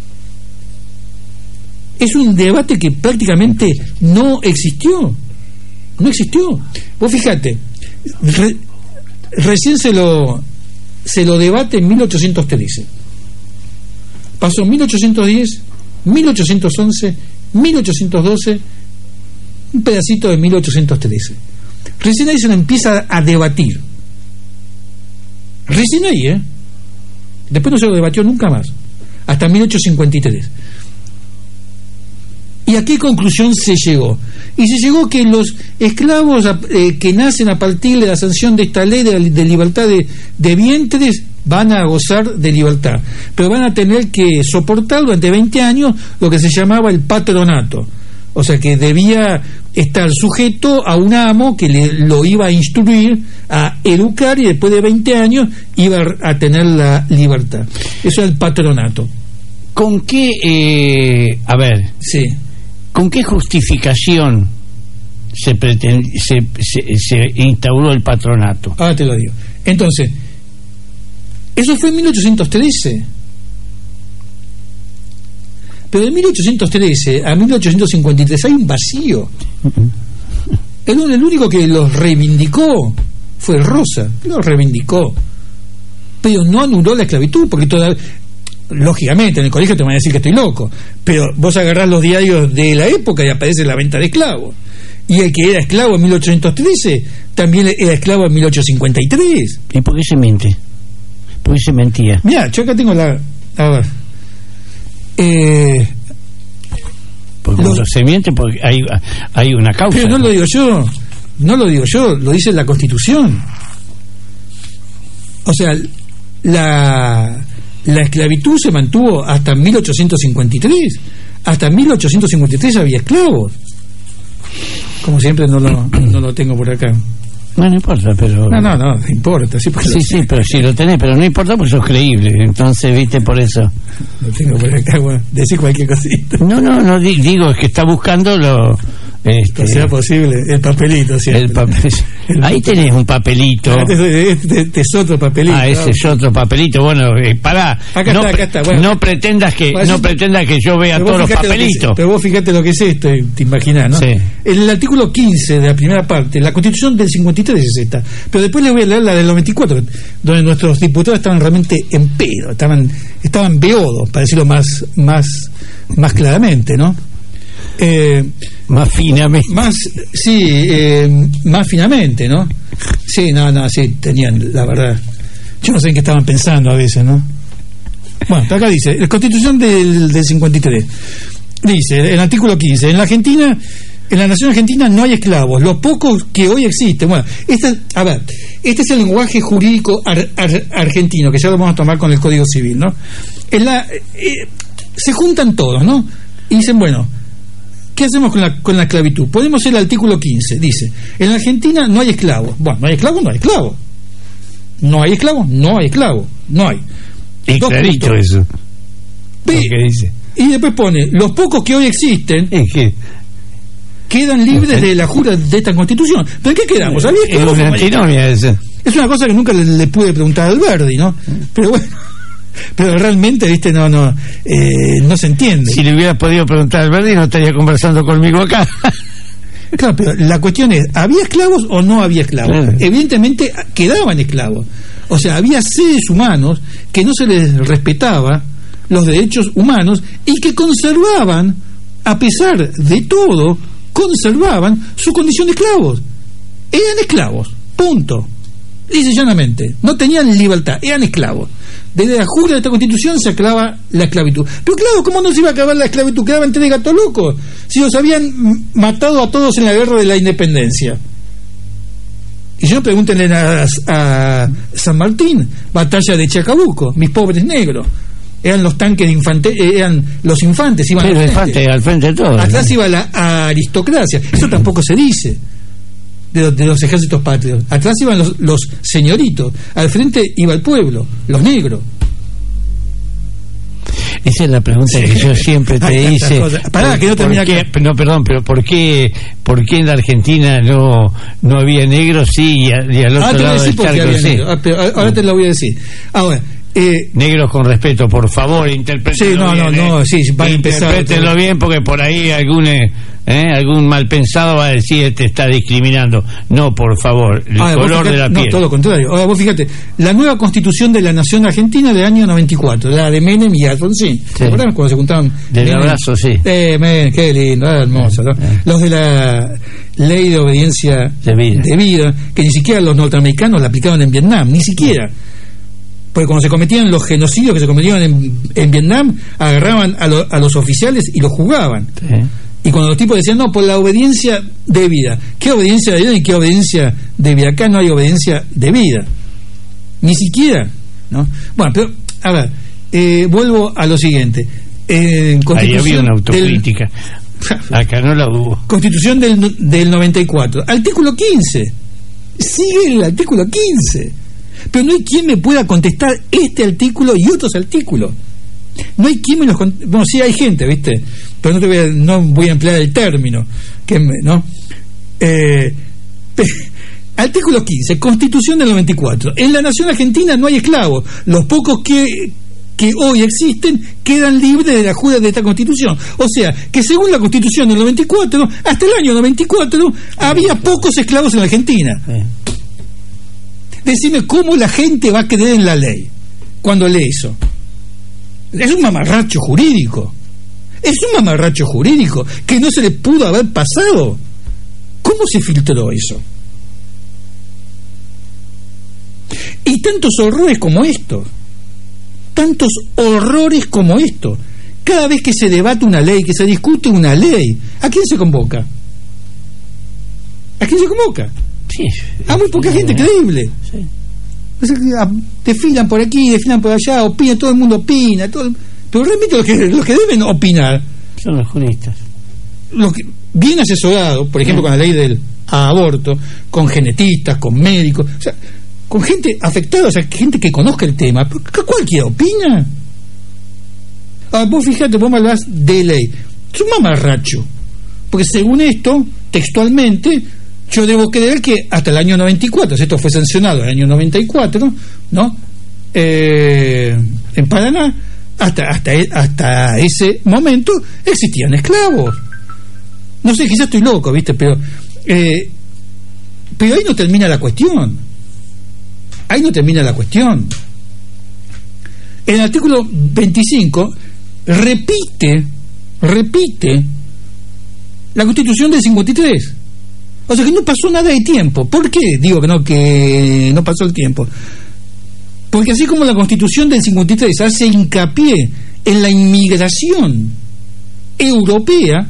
Es un debate que prácticamente no existió. Vos fíjate, recién se lo debate en 1813. Pasó 1810, 1811, 1812, un pedacito de 1813. Recién ahí se lo empieza a debatir. Recién ahí, Después no se lo debatió nunca más, hasta 1853. ¿Y a qué conclusión se llegó? Y se llegó que los esclavos que nacen a partir de la sanción de esta ley de libertad de vientres van a gozar de libertad, pero van a tener que soportar durante 20 años lo que se llamaba el patronato. O sea que debía estar sujeto a un amo que lo iba a instruir, a educar, y después de 20 años iba a tener la libertad. Eso es el patronato. ¿Con qué, sí, con qué justificación se instauró el patronato? Ahora te lo digo. Entonces, eso fue en 1813. Pero de 1813 a 1853 hay un vacío. El único que los reivindicó fue Rosa, lo reivindicó, pero no anuló la esclavitud, porque todavía, lógicamente, en el colegio te van a decir que estoy loco, pero vos agarrás los diarios de la época y aparece la venta de esclavos. Y el que era esclavo en 1813 también era esclavo en 1853. ¿Y por qué se miente? ¿Por qué se mentía? Mira, yo acá tengo la... A ver. Porque cuando se miente, porque hay una causa. Pero no lo digo yo, lo dice la Constitución. O sea, la esclavitud se mantuvo hasta 1853. Hasta 1853 había esclavos. Como siempre no lo tengo por acá. No importa, pero... No importa. Sí, pero si lo tenés, pero no importa porque sos creíble. Entonces, viste, por eso. Lo tengo por acá, bueno, decís cualquier cosita. No, digo, es que está buscando lo... sea posible, el papelito, ¿cierto? El papel. Ahí tenés un papelito. Este es otro papelito. Ese es otro papelito. Bueno, pará. Acá está. Bueno, no pretendas que yo vea todos los papelitos. Pero vos fíjate lo que es esto, te imaginás, ¿no? Sí. El artículo 15 de la primera parte, la Constitución del 53 es esta. Pero después les voy a leer la del 94, donde nuestros diputados estaban realmente en pedo, estaban beodos, para decirlo más claramente, ¿no? Más finamente. Más finamente, ¿no? Sí, sí, tenían, la verdad. Yo no sé en qué estaban pensando a veces, ¿no? Bueno, acá dice, la Constitución del 53. Dice, el artículo 15, en la nación argentina no hay esclavos, los pocos que hoy existen. Bueno, este es el lenguaje jurídico argentino, que ya lo vamos a tomar con el Código Civil, ¿no? Se juntan todos, ¿no? Y dicen, bueno, ¿qué hacemos con la esclavitud? Ponemos el artículo 15, dice, en la Argentina no hay esclavos. Bueno, no hay esclavos, no hay esclavos. No hay esclavos, no hay esclavos. No hay. Y clarito eso. ¿Qué dice? Y después pone, los pocos que hoy existen quedan libres de la jura de esta Constitución. ¿Pero qué quedamos? Es una antinomia esa. Es una cosa que nunca le pude preguntar a Alberdi, ¿no? Pero bueno, pero realmente, viste, no se entiende. Si le hubiera podido preguntar a Alberdi, no estaría conversando conmigo acá. Claro, pero la cuestión es, ¿había esclavos o no había esclavos? Claro. Evidentemente quedaban esclavos. O sea, había seres humanos que no se les respetaba los derechos humanos y que conservaban, a pesar de todo, conservaban su condición de esclavos. Eran esclavos, punto. Dice llanamente, no tenían libertad, eran esclavos. Desde la jura de esta Constitución se acaba la esclavitud. Pero claro, ¿cómo no se iba a acabar la esclavitud? Quedaban tres gatos locos si los habían matado a todos en la guerra de la independencia. Y yo pregúntenle a San Martín, batalla de Chacabuco, mis pobres negros. Eran los tanques de eran los infantes, iban al frente de todo. Atrás iba la aristocracia. Eso tampoco se dice de los ejércitos patrios. Atrás iban los señoritos, al frente iba el pueblo, los negros. Esa es la pregunta que yo siempre te hice. Pará, que no termina acá. No, perdón, pero ¿por qué en la Argentina no había negros sí y al otro lado del charco sí? Ahora te lo voy a decir. Ahora, negros con respeto, por favor, interprétenlo bien. Sí, va a empezar. Interprétenlo bien, porque por ahí algún mal pensado va a decir te está discriminando. No, por favor, el color de la piel. No, todo lo contrario. Ahora vos fíjate, la nueva Constitución de la Nación Argentina del año 94, la de Menem y Alfonsín. ¿Te acuerdas cuando se juntaban? Del abrazo, sí. Qué lindo, hermoso, ¿no? Los de la Ley de Obediencia de vida, que ni siquiera los norteamericanos la aplicaban en Vietnam, ni siquiera. Porque cuando se cometían los genocidios que se cometían en Vietnam, agarraban a los oficiales y los juzgaban. Sí. Y cuando los tipos decían, no, por la obediencia debida. ¿Qué obediencia debida y qué obediencia debida? Acá no hay obediencia debida. Ni siquiera, ¿no? Bueno, pero, a ver, vuelvo a lo siguiente. Ahí había una autocrítica. Acá no la hubo. Constitución del 94. Artículo 15. Sigue el artículo 15. Pero no hay quien me pueda contestar este artículo y otros artículos. No hay quien me los bueno, sí hay gente, ¿viste? Pero no voy a emplear el término. ¿No? Artículo 15. Constitución del 94. En la nación argentina no hay esclavos. Los pocos que hoy existen quedan libres de la jura de esta constitución. O sea, que según la constitución del 94, hasta el año 94 había pocos esclavos en la Argentina. Decime cómo la gente va a creer en la ley cuando lee eso. Es un mamarracho jurídico. Es un mamarracho jurídico que no se le pudo haber pasado. ¿Cómo se filtró eso? Y tantos horrores como estos. Tantos horrores como esto. Cada vez que se debate una ley, que se discute una ley, ¿a quién se convoca? ¿A quién se convoca? Sí, a muy poca gente creíble. Sí. O sea, desfilan por aquí, desfilan por allá, opina, todo el mundo opina, pero realmente los que deben opinar son los juristas. Los que, bien asesorados, por ejemplo, con la ley del aborto, con genetistas, con médicos, o sea, con gente afectada, o sea, gente que conozca el tema. Cualquiera opina. Vos fíjate, vos me hablás de ley. Es un mamarracho. Porque según esto, textualmente, yo debo creer que hasta el año 94, esto fue sancionado en el año 94, ¿no? En Paraná, hasta ese momento existían esclavos. No sé, quizás estoy loco, ¿viste? Pero ahí no termina la cuestión. Ahí no termina la cuestión. En el artículo 25 repite la Constitución del 53. O sea que no pasó nada de tiempo. ¿Por qué digo que no pasó el tiempo? Porque así como la Constitución del 53 hace hincapié en la inmigración europea,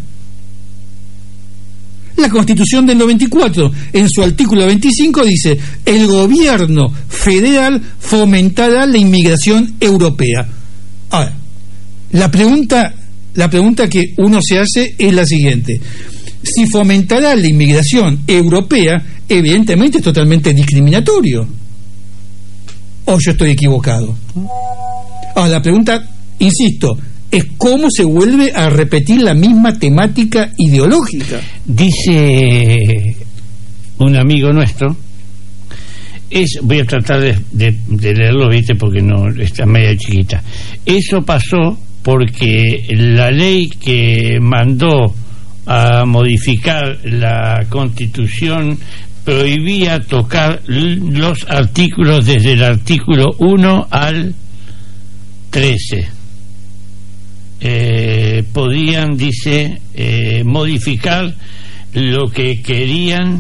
la Constitución del 94, en su artículo 25, dice: el gobierno federal fomentará la inmigración europea. Ahora, la pregunta que uno se hace es la siguiente: si fomentará la inmigración europea, evidentemente es totalmente discriminatorio. ¿O yo estoy equivocado? Ahora, la pregunta, insisto, es cómo se vuelve a repetir la misma temática ideológica. Dice un amigo nuestro, voy a tratar de leerlo, ¿viste? Porque no está media chiquita. Eso pasó porque la ley que mandó a modificar la Constitución prohibía tocar los artículos desde el artículo 1 al 13. Podían, dice, modificar lo que querían,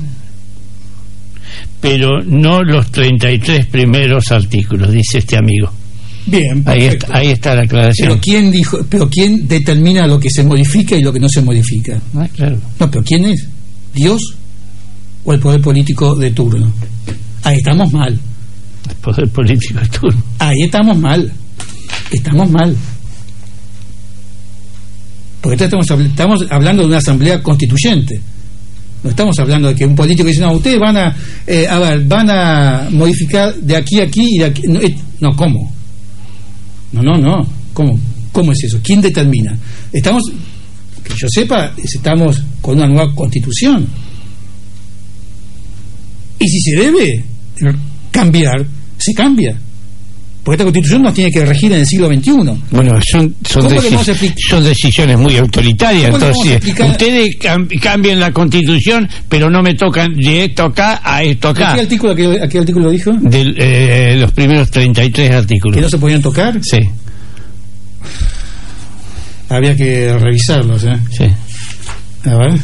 pero no los 33 primeros artículos, dice este amigo. Bien, ahí está la aclaración. Pero quién determina lo que se modifica y lo que no se modifica? Claro. No, pero ¿quién es? ¿Dios o el poder político de turno? Ahí estamos mal. El poder político de turno. Ahí estamos mal. Porque estamos hablando de una asamblea constituyente. No estamos hablando de que un político dice: no, ustedes van a modificar de aquí a aquí y de aquí. No, ¿cómo? No. ¿Cómo es eso? ¿Quién determina? Que yo sepa, estamos con una nueva constitución. Y si se debe cambiar, se cambia. Porque esta constitución nos tiene que regir en el siglo XXI. Bueno, son decisiones muy autoritarias. Entonces, ustedes cambian la constitución, pero no me tocan de esto acá a esto acá. ¿A qué artículo dijo? De los primeros 33 artículos. ¿Que no se podían tocar? Sí. Había que revisarlos, ¿eh? Sí. A ver.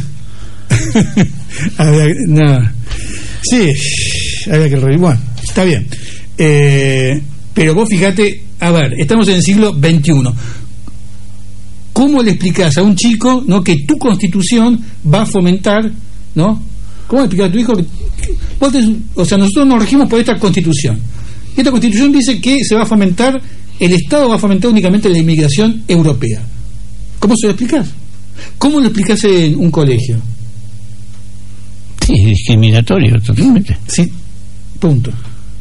No. Sí, había que revisar. Bueno, está bien. Pero vos fíjate, a ver, estamos en el siglo XXI. ¿Cómo le explicás a un chico, no, que tu constitución va a fomentar, no? ¿Cómo le explicás a tu hijo o sea, nosotros nos regimos por esta constitución? Esta constitución dice que se va a fomentar, el Estado va a fomentar únicamente la inmigración europea. ¿Cómo se lo explicás? ¿Cómo lo explicás en un colegio? Sí, es discriminatorio totalmente. Sí, punto.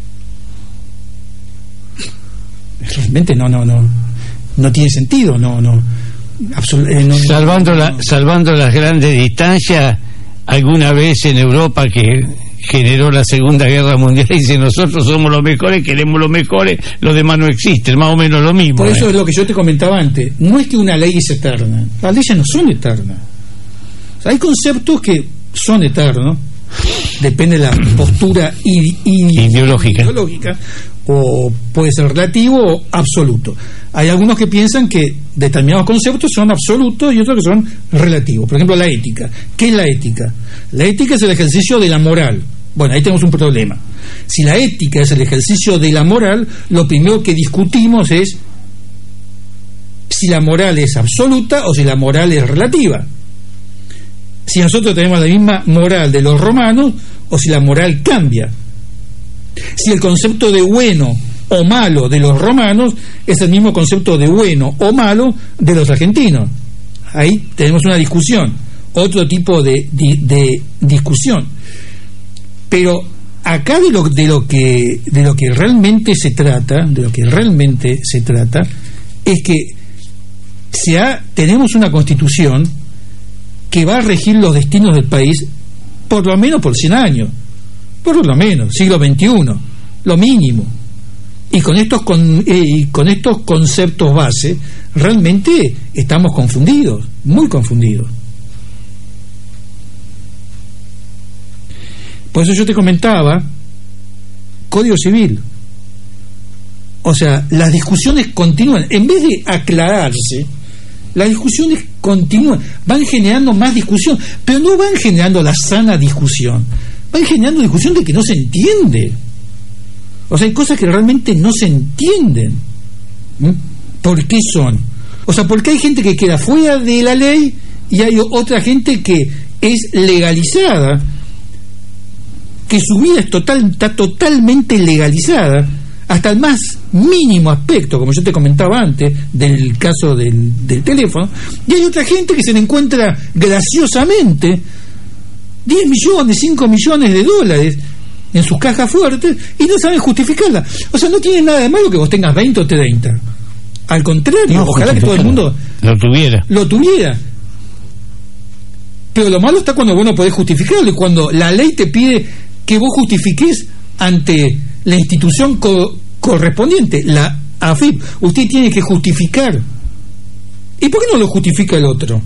Realmente no tiene sentido, salvando las grandes distancias, alguna vez en Europa que generó la Segunda Guerra Mundial dice nosotros somos los mejores, queremos los mejores, los demás no existen, más o menos lo mismo. Por eso es lo que yo te comentaba antes, no es que una ley es eterna, las leyes no son eternas, o sea, hay conceptos que son eternos, depende de la postura ideológica, o puede ser relativo o absoluto. Hay algunos que piensan que determinados conceptos son absolutos y otros que son relativos. Por ejemplo, la ética. ¿Qué es la ética? La ética es el ejercicio de la moral. Bueno, ahí tenemos un problema. Si la ética es el ejercicio de la moral, lo primero que discutimos es si la moral es absoluta o si la moral es relativa. Si nosotros tenemos la misma moral de los romanos o si la moral cambia. Si el concepto de bueno o malo de los romanos es el mismo concepto de bueno o malo de los argentinos. Ahí tenemos una discusión, otro tipo de discusión. Pero acá de lo que realmente se trata, es que tenemos una constitución que va a regir los destinos del país por lo menos por 100 años, por lo menos, siglo XXI, lo mínimo. Y con estos conceptos base, realmente estamos confundidos, muy confundidos. Por eso yo te comentaba, Código Civil. O sea, las discusiones continúan. En vez de aclararse, las discusiones continúan, van generando más discusión, pero no van generando la sana discusión, van generando discusión de que no se entiende. O sea, hay cosas que realmente no se entienden. ¿Por qué son? O sea, porque hay gente que queda fuera de la ley y hay otra gente que es legalizada, que su vida está totalmente legalizada, hasta el más mínimo aspecto, como yo te comentaba antes, del caso del teléfono, y hay otra gente que se le encuentra graciosamente 10 millones, 5 millones de dólares en sus cajas fuertes y no saben justificarla. O sea, no tiene nada de malo que vos tengas 20 o 30. Al contrario, ojalá que todo el mundo lo tuviera. Pero lo malo está cuando vos no podés justificarlo y cuando la ley te pide que vos justifiques ante la institución correspondiente, la AFIP. Usted tiene que justificar. ¿Y por qué no lo justifica el otro?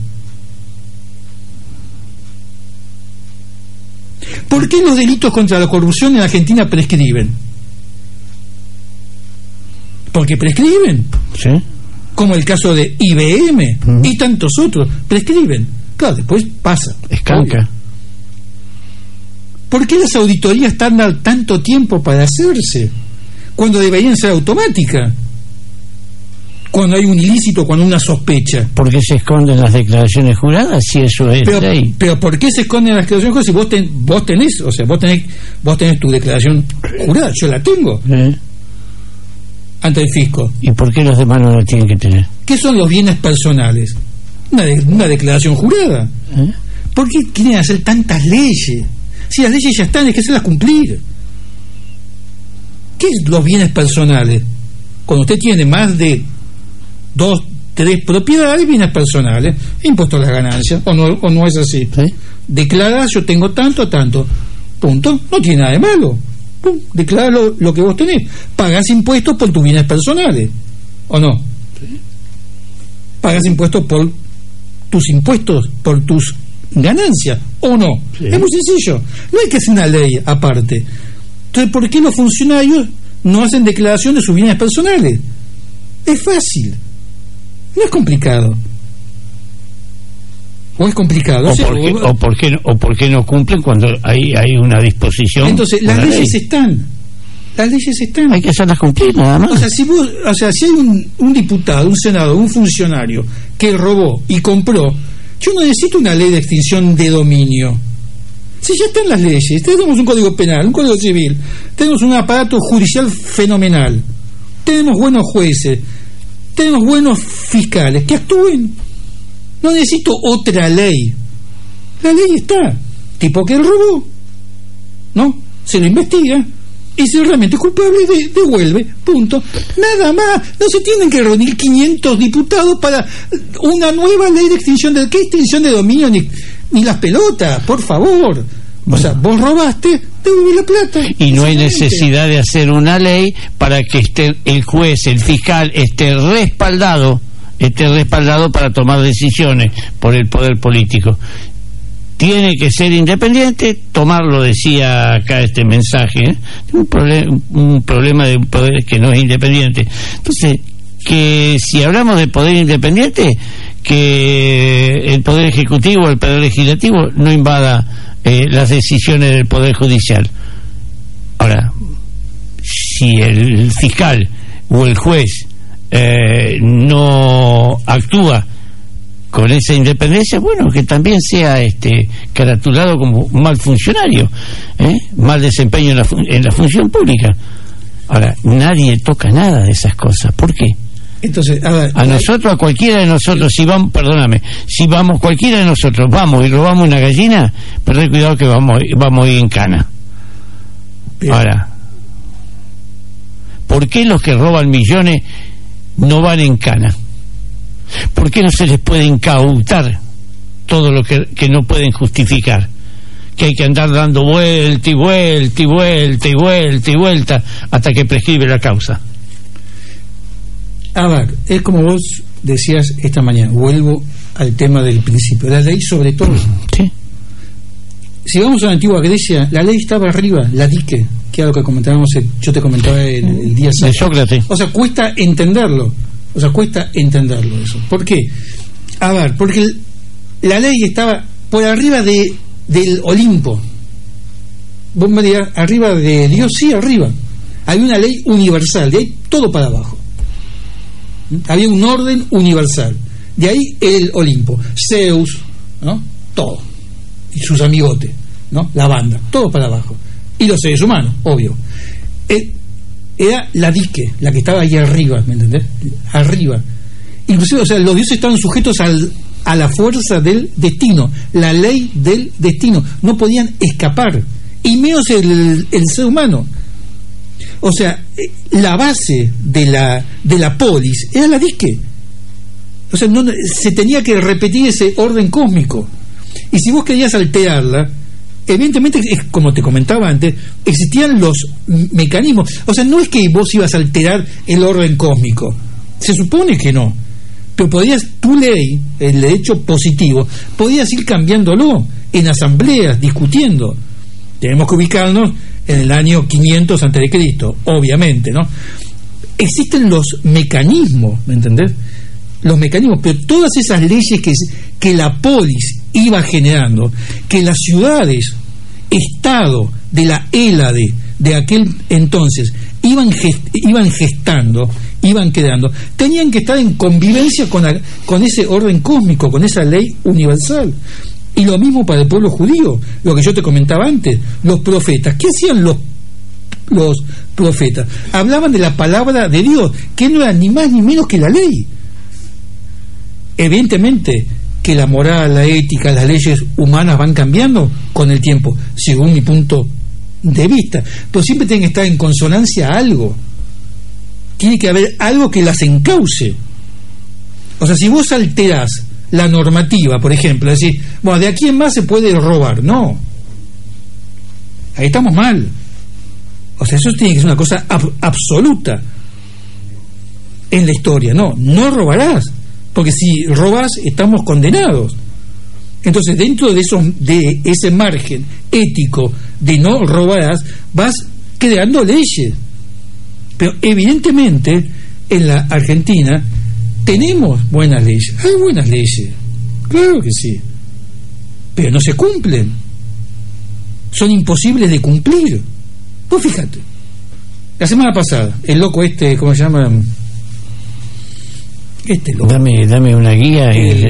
¿Por qué los delitos contra la corrupción en Argentina prescriben? Porque prescriben. ¿Sí? Como el caso de IBM y tantos otros. Prescriben. Claro, después pasa. Escanca. ¿Por qué las auditorías tardan tanto tiempo para hacerse? Cuando deberían ser automáticas. Cuando hay un ilícito, cuando una sospecha. ¿Por qué se esconden las declaraciones juradas si eso es ley? Pero ¿por qué se esconden las declaraciones juradas si vos tenés tu declaración jurada? Yo la tengo. Ante el fisco. ¿Y por qué los demás no la tienen que tener? ¿Qué son los bienes personales? Una declaración jurada. ¿Por qué quieren hacer tantas leyes? Si las leyes ya están, hay que hacerlas cumplir. ¿Qué es los bienes personales? Cuando usted tiene más de 2, 3 propiedades, bienes personales, impuesto a las ganancias, o no es así. ¿Sí? Declara, yo tengo tanto a tanto, punto, no tiene nada de malo. Pum, declara lo que vos tenés. Pagás impuestos por tus bienes personales, ¿o no? ¿Sí? Pagás impuestos por tus ganancias, ¿o no? Sí. Es muy sencillo, no hay que hacer una ley aparte. Entonces, ¿por qué los funcionarios no hacen declaración de sus bienes personales? Es fácil, no es complicado. ¿O es complicado? ¿O por qué no cumplen cuando hay una disposición? Entonces, las leyes están. Hay que hacerlas cumplir, nada más. O sea, si hay un diputado, un senador, un funcionario que robó y compró, yo no necesito una ley de extinción de dominio. Si ya están las leyes, tenemos un código penal, un código civil, tenemos un aparato judicial fenomenal, tenemos buenos jueces, tenemos buenos fiscales que actúen. No necesito otra ley. La ley está. Tipo que él robó, ¿no? Se lo investiga y si realmente es culpable, devuelve. Punto. Nada más. No se tienen que reunir 500 diputados para una nueva ley de extinción de... ¿Qué extinción de dominio? Ni las pelotas, por favor. O sea, vos robaste, devuelve la plata. Y no hay necesidad de hacer una ley para que esté el juez, el fiscal, esté respaldado para tomar decisiones por el poder político. Tiene que ser independiente, tomarlo, decía acá este mensaje, un problema de un poder que no es independiente. Entonces, que si hablamos de poder independiente, que el poder ejecutivo, el poder legislativo no invada las decisiones del poder judicial. Ahora, si el fiscal o el juez no actúa con esa independencia, bueno, que también sea caratulado como mal funcionario, mal desempeño en la función pública. Ahora, nadie toca nada de esas cosas. ¿Por qué? Entonces, a nosotros, a cualquiera de nosotros, si vamos, cualquiera de nosotros vamos y robamos una gallina, perded cuidado que vamos a ir en cana. Bien. Ahora, ¿por qué los que roban millones no van en cana? ¿Por qué no se les puede incautar todo lo que no pueden justificar? Que hay que andar dando vuelta y vuelta y vuelta y vuelta y vuelta hasta que prescribe la causa. A ver, es como vos decías esta mañana, vuelvo al tema del principio, la ley sobre todo. Sí. Si vamos a la antigua Grecia, la ley estaba arriba, la dique, que era lo que comentábamos, yo te comentaba el día de Sócrates. O sea, cuesta entenderlo eso. ¿Por qué? A ver, porque la ley estaba por arriba del Olimpo. Vos me dirás, arriba de Dios, sí, arriba. Hay una ley universal, de ahí todo para abajo. Había un orden universal. De ahí el Olimpo, Zeus, ¿no? Todo. Y sus amigotes, ¿no? La banda, todo para abajo. Y los seres humanos, obvio. Era la dique, la que estaba ahí arriba, ¿me entendés? Arriba. Inclusive, o sea, los dioses estaban sujetos a la fuerza del destino, la ley del destino. No podían escapar. Y menos el ser humano. O sea, la base de la polis era la dique. O sea, no, se tenía que repetir ese orden cósmico. Y si vos querías alterarla, evidentemente, como te comentaba antes, existían los mecanismos. O sea, no es que vos ibas a alterar el orden cósmico. Se supone que no. Pero podías, tu ley, el derecho positivo, podías ir cambiándolo en asambleas, discutiendo. Tenemos que ubicarnos en el año 500 a.C., obviamente, ¿no? Existen los mecanismos, ¿me entendés? Los mecanismos, pero todas esas leyes que la polis iba generando, que las ciudades, estado de la Hélade de aquel entonces iban gestando, iban quedando, tenían que estar en convivencia con ese orden cósmico, con esa ley universal. Y lo mismo para el pueblo judío, lo que yo te comentaba antes, los profetas. ¿Qué hacían los profetas? Hablaban de la palabra de Dios, que no era ni más ni menos que la ley. Evidentemente que la moral, la ética, las leyes humanas van cambiando con el tiempo, según mi punto de vista, pero siempre tienen que estar en consonancia a algo. Tiene que haber algo que las encauce. O sea, si vos alterás la normativa, por ejemplo, decir, bueno, de aquí en más se puede robar, no, ahí estamos mal. O sea, eso tiene que ser una cosa absoluta en la historia. No robarás, porque si robas estamos condenados. Entonces, dentro de ese margen ético de no robarás, vas creando leyes. Pero evidentemente en la Argentina tenemos buenas leyes, hay buenas leyes, claro que sí, pero no se cumplen, son imposibles de cumplir. Pues fíjate, la semana pasada el loco ¿cómo se llama? Loco, dame una guía.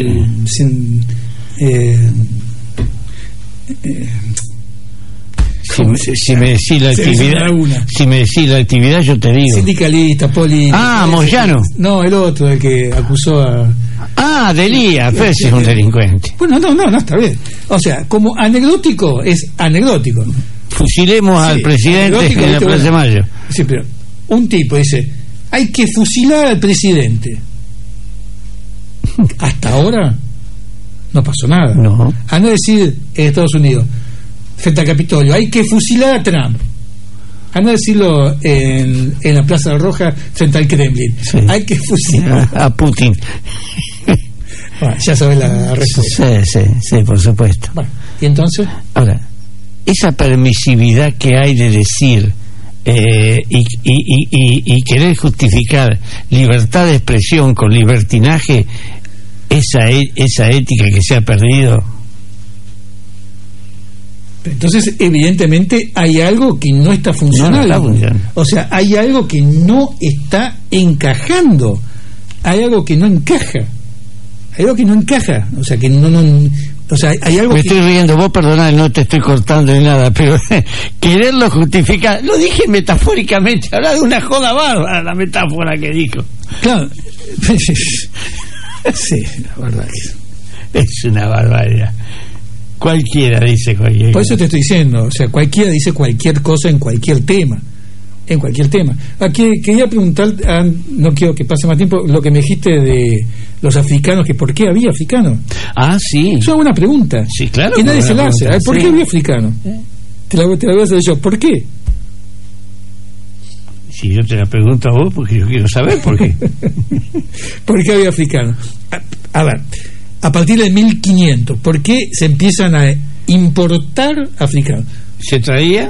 Si me decís la actividad, yo te digo. Sindicalista, político. Moyano. No, el otro, el que acusó a Delía, pero ese es un delincuente. Bueno, no, está bien. O sea, como anecdótico, es anecdótico. Fusilemos al presidente en la Plaza de Mayo. Sí, pero un tipo dice, hay que fusilar al presidente. Hasta ahora no pasó nada. No. A no decir en Estados Unidos, frente al Capitolio, hay que fusilar a Trump. A no decirlo en la Plaza Roja frente al Kremlin. Sí. Hay que fusilar a Putin. Bueno, ya sabes la respuesta. Sí, por supuesto. Bueno, ¿y entonces? Ahora, esa permisividad que hay de decir y querer justificar libertad de expresión con libertinaje, esa ética que se ha perdido. Entonces, evidentemente, hay algo que no está funcionando. O sea, hay algo que no está encajando. Hay algo que no encaja. Hay algo que no encaja. O sea, que o sea, hay algo. Me estoy riendo, vos perdonad, no te estoy cortando ni nada, pero quererlo justificar, lo dije metafóricamente, habla de una joda bárbara la metáfora que dijo. Claro. Sí, la verdad que es una barbaridad. Cualquiera dice cualquier cosa. Por eso te estoy diciendo, o sea, cualquiera dice cualquier cosa en cualquier tema. En cualquier tema. Aquí quería preguntar, no quiero que pase más tiempo, lo que me dijiste de los africanos, que por qué había africanos. Ah, sí. Eso es una pregunta. Sí, claro. Que nadie se la hace. ¿Por qué había africanos? Te la voy a hacer yo. ¿Por qué? Si yo te la pregunto a vos, porque yo quiero saber por qué. ¿Por qué había africanos? A ver, a partir de 1500, ¿por qué se empiezan a importar africanos? Se traía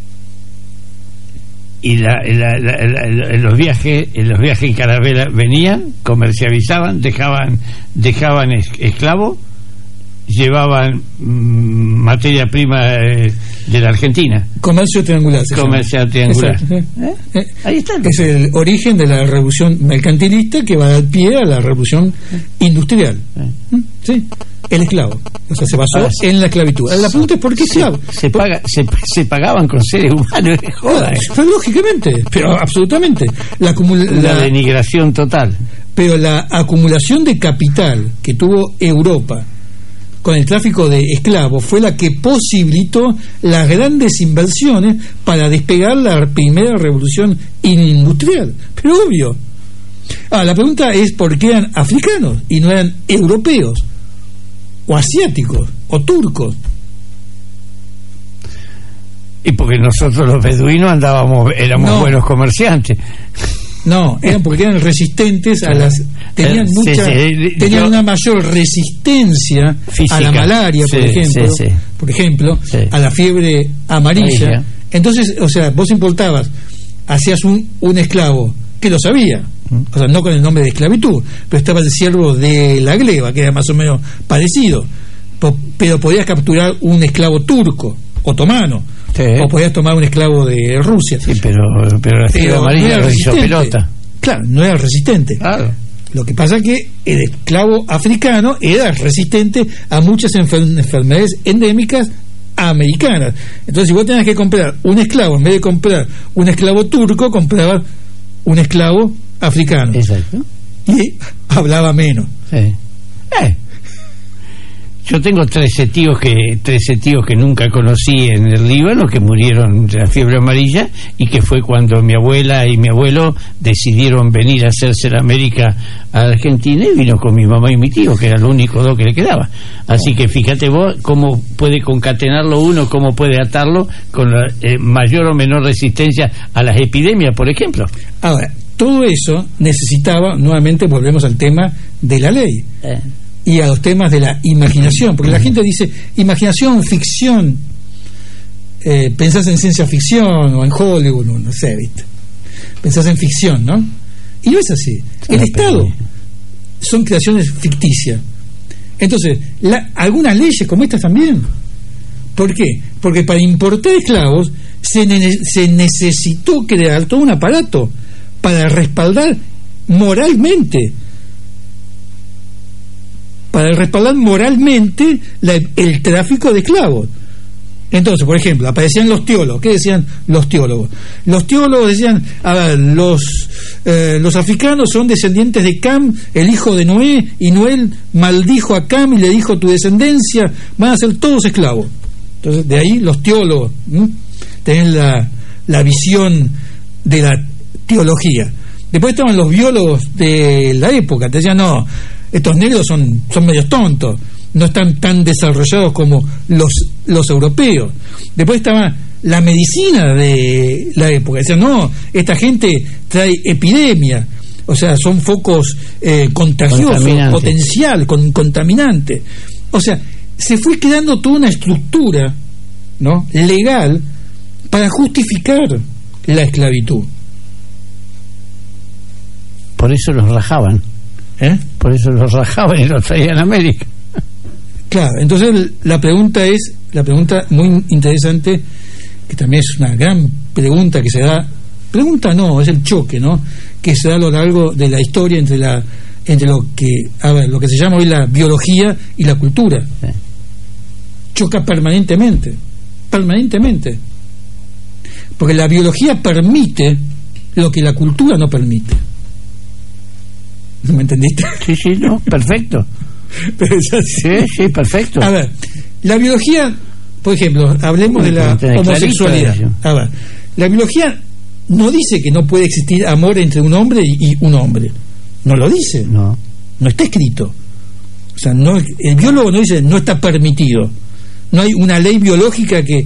y en los viajes en carabela venían, comercializaban, dejaban esclavos, llevaban materia prima de la Argentina. Comercio triangular. Ahí está. Es el origen de la revolución mercantilista que va a dar pie a la revolución industrial. Sí, el esclavo. O sea, se basó en la esclavitud. La pregunta es ¿por qué esclavo? Se pagaban con seres humanos. Joder. Lógicamente, pero absolutamente. La denigración total. Pero la acumulación de capital que tuvo Europa con el tráfico de esclavos fue la que posibilitó las grandes inversiones para despegar la primera revolución industrial. Pero obvio. La pregunta es ¿por qué eran africanos y no eran europeos o asiáticos o turcos? Y porque nosotros los beduinos éramos buenos comerciantes. No, porque eran resistentes a las... Tenían una mayor resistencia física, a la malaria, por ejemplo, a la fiebre amarilla. Entonces, o sea, vos importabas, hacías un esclavo, que lo sabía, o sea, no con el nombre de esclavitud, pero estaba el siervo de la gleba, que era más o menos parecido, pero podías capturar un esclavo turco, otomano. Sí. O podías tomar un esclavo de Rusia. Sí, pero la fiebre amarilla lo hizo pelota. Claro, no era resistente. Claro. Lo que pasa es que el esclavo africano era resistente a muchas enfermedades endémicas americanas. Entonces, si vos tenías que comprar un esclavo, en vez de comprar un esclavo turco, comprabas un esclavo africano. Exacto. Y hablaba menos. Sí. Yo tengo 13 tíos que nunca conocí en el Líbano, que murieron de la fiebre amarilla, y que fue cuando mi abuela y mi abuelo decidieron venir a hacerse la América a Argentina, y vino con mi mamá y mi tío, que era el único dos que le quedaba. Así que fíjate vos cómo puede concatenarlo uno, cómo puede atarlo con la mayor o menor resistencia a las epidemias, por ejemplo. Ahora, todo eso necesitaba, nuevamente volvemos al tema de la ley. Y a los temas de la imaginación, porque la gente dice imaginación, ficción, pensás en ciencia ficción o en Hollywood, no sé, ¿viste? Pensás en ficción, ¿no? Y no es así. El Estado son creaciones ficticias. Entonces, algunas leyes como estas también. ¿Por qué? Porque para importar esclavos se necesitó crear todo un aparato para respaldar moralmente el tráfico de esclavos. Entonces, por ejemplo, aparecían los teólogos. ¿Qué decían los teólogos? Los teólogos decían, a ver, los africanos son descendientes de Cam, el hijo de Noé, y Noé maldijo a Cam y le dijo, tu descendencia van a ser todos esclavos. Entonces, de ahí los teólogos, tenés la visión de la teología. Después estaban los biólogos de la época, te decían, no, estos negros son medios tontos, no están tan desarrollados como los europeos. Después estaba la medicina de la época, decían, no, esta gente trae epidemia, o sea, son focos contagiosos, potencial, contaminantes. O sea, se fue creando toda una estructura, ¿no?, legal para justificar la esclavitud. Por eso los rajaban. Por eso los rajaban y los traían a América. Claro, entonces la pregunta muy interesante, que también es una gran pregunta que se da, es el choque, ¿no?, que se da a lo largo de la historia entre lo que se llama hoy la biología y la cultura. Sí. Choca permanentemente, porque la biología permite lo que la cultura no permite. ¿Me entendiste? Sí, no, perfecto. Pero es así. Sí, perfecto. A ver, la biología, por ejemplo, hablemos de la homosexualidad. A ver, la biología no dice que no puede existir amor entre un hombre y un hombre. No lo dice. No está escrito. O sea, el biólogo no dice no está permitido. No hay una ley biológica que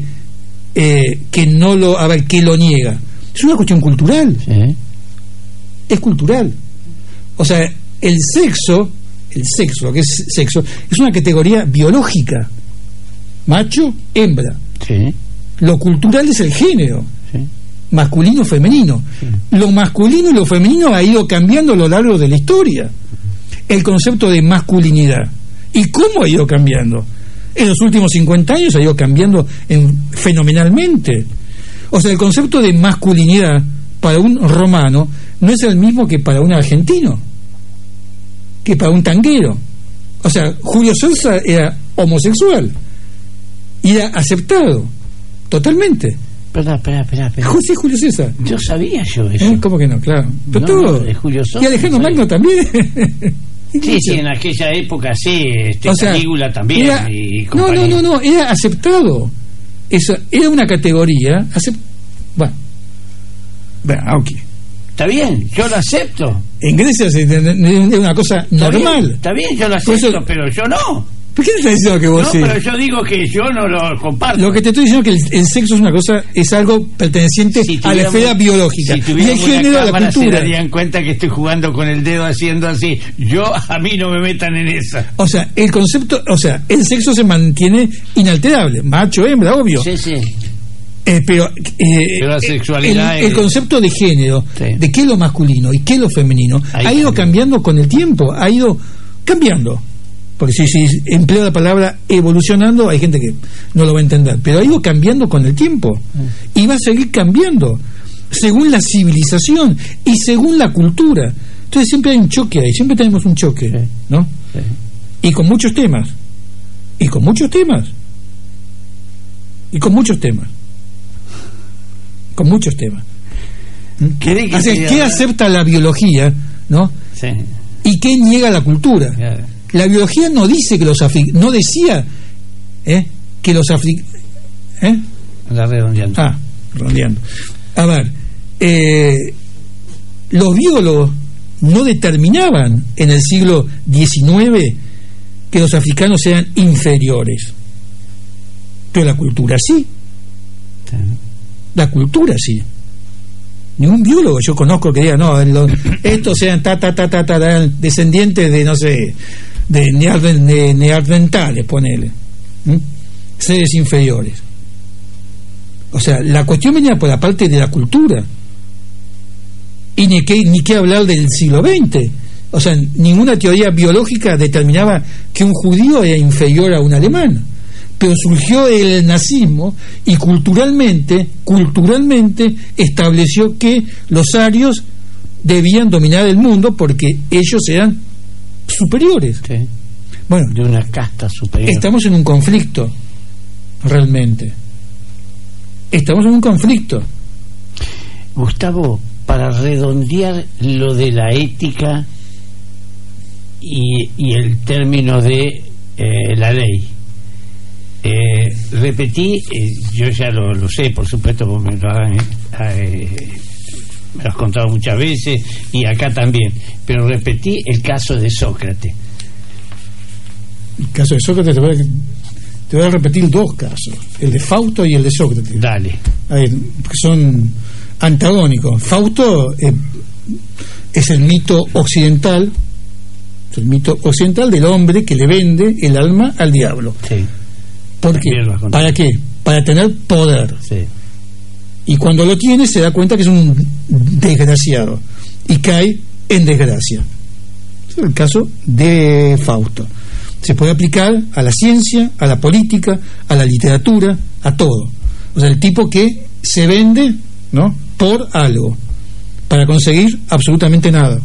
lo niega. Es una cuestión cultural. Sí. Es cultural. O sea, el sexo, lo que es sexo, es una categoría biológica. Macho, hembra. Sí. Lo cultural es el género. Sí. Masculino, femenino. Sí. Lo masculino y lo femenino ha ido cambiando a lo largo de la historia. El concepto de masculinidad. ¿Y cómo ha ido cambiando? En los últimos 50 años ha ido cambiando fenomenalmente. O sea, el concepto de masculinidad para un romano no es el mismo que para un argentino, que para un tanguero. O sea, Julio César era homosexual y era aceptado totalmente. Espera. José Julio César. Yo sabía eso. ¿Cómo que no? Claro. Pero todo. De Julio César. Y Alejandro Magno también. Sí, en aquella época sí, o sea, Calígula también. No, era aceptado. Eso era una categoría. Bueno, ok. Está bien, yo lo acepto. En Grecia es una cosa normal. Está bien, yo lo acepto, pero yo no. ¿Por qué te estás diciendo que vos no, sí? Pero yo digo que yo no lo comparto. Lo que te estoy diciendo es que el sexo es una cosa, es algo perteneciente a la esfera biológica. Si y el género a la cultura. Se darían cuenta que estoy jugando con el dedo haciendo así. A mí no me metan en esa. O sea, el sexo se mantiene inalterable. Macho, hembra, obvio. Sí. Pero la sexualidad el concepto de género, sí, de qué es lo masculino y qué es lo femenino, ha ido cambiando con el tiempo, ha ido cambiando. Porque si empleo la palabra evolucionando, hay gente que no lo va a entender, pero ha ido cambiando con el tiempo y va a seguir cambiando según la civilización y según la cultura. Entonces siempre hay un choque ahí, siempre tenemos un choque, sí, ¿no? Sí. Y con muchos temas. ¿Qué acepta la biología, no? Sí. ¿Y qué niega la cultura? Yeah. La biología no dice que no decía que los africanos. Redondeando. A ver, los biólogos no determinaban en el siglo XIX que los africanos eran inferiores, pero la cultura sí. La cultura sí. Ningún biólogo yo conozco que diga, no, estos sean descendientes de, no sé, de neandertales, ponele, seres inferiores. O sea, la cuestión venía por la parte de la cultura. Y ni qué hablar del siglo XX. O sea, ninguna teoría biológica determinaba que un judío era inferior a un alemán. Pero surgió el nazismo y culturalmente estableció que los arios debían dominar el mundo porque ellos eran superiores. Sí. Bueno, de una casta superior. Estamos en un conflicto realmente. estamos en un conflicto. Gustavo, para redondear lo de la ética y el término de la ley, repetí, yo ya lo sé, por supuesto, porque me lo has contado muchas veces y acá también, pero repetí el caso de Sócrates. El caso de Sócrates, te voy a repetir dos casos, el de Fausto y el de Sócrates. Dale. A ver, son antagónicos. Fausto es el mito occidental, del hombre que le vende el alma al diablo. Sí. ¿Por qué? ¿Para qué? Para tener poder. Sí. Y cuando lo tiene se da cuenta que es un desgraciado y cae en desgracia. Ese es el caso de Fausto. Se puede aplicar a la ciencia, a la política, a la literatura, a todo. O sea, el tipo que se vende, ¿no?, por algo, para conseguir absolutamente nada,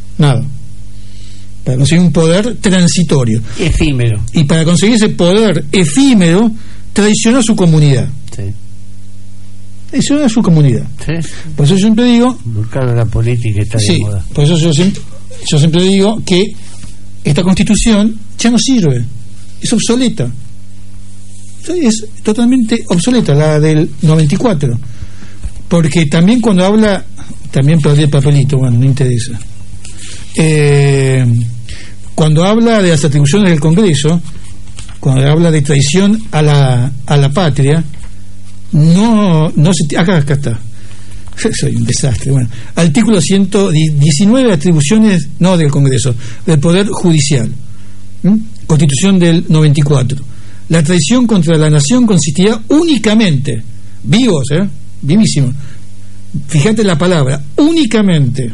para conseguir un poder transitorio, efímero, y para conseguir ese poder efímero traiciona a su comunidad. Sí. Traiciona a su comunidad. Sí. Por eso yo siempre digo, buscar la política está sí, de moda. por eso yo siempre digo que esta Constitución ya no sirve, es obsoleta, es totalmente obsoleta, la del 94, porque también cuando habla, también perdí el papelito, bueno, no interesa, cuando habla de las atribuciones del Congreso, cuando habla de traición a la patria, no se, acá está, soy un desastre. Bueno, artículo 119, atribuciones no del Congreso, del Poder Judicial. Constitución del 94. La traición contra la nación consistía únicamente, vivos, vivísimo, fíjate la palabra, únicamente,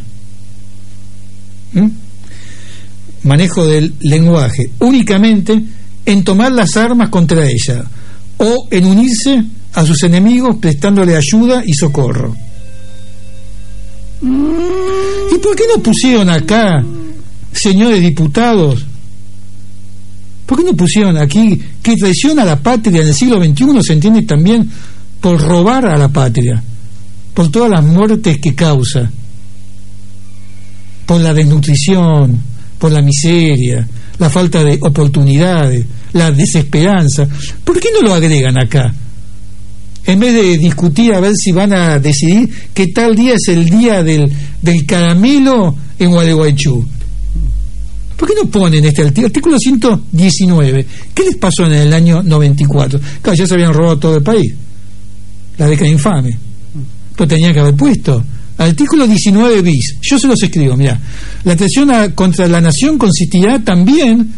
manejo del lenguaje, únicamente en tomar las armas contra ella o en unirse a sus enemigos prestándole ayuda y socorro. ¿Y por qué no pusieron acá, señores diputados? ¿Por qué no pusieron aquí que traición a la patria en el siglo XXI se entiende también por robar a la patria, por todas las muertes que causa, por la desnutrición, por la miseria, la falta de oportunidades, la desesperanza? ¿Por qué no lo agregan acá? En vez de discutir a ver si van a decidir que tal día es el día del caramelo en Gualeguaychú. ¿Por qué no ponen este artículo 119? ¿Qué les pasó en el año 94? Claro, ya se habían robado todo el país, la década infame. Pues tenían que haber puesto artículo 19 bis. Yo se los escribo, mirá. La traición contra la nación consistirá también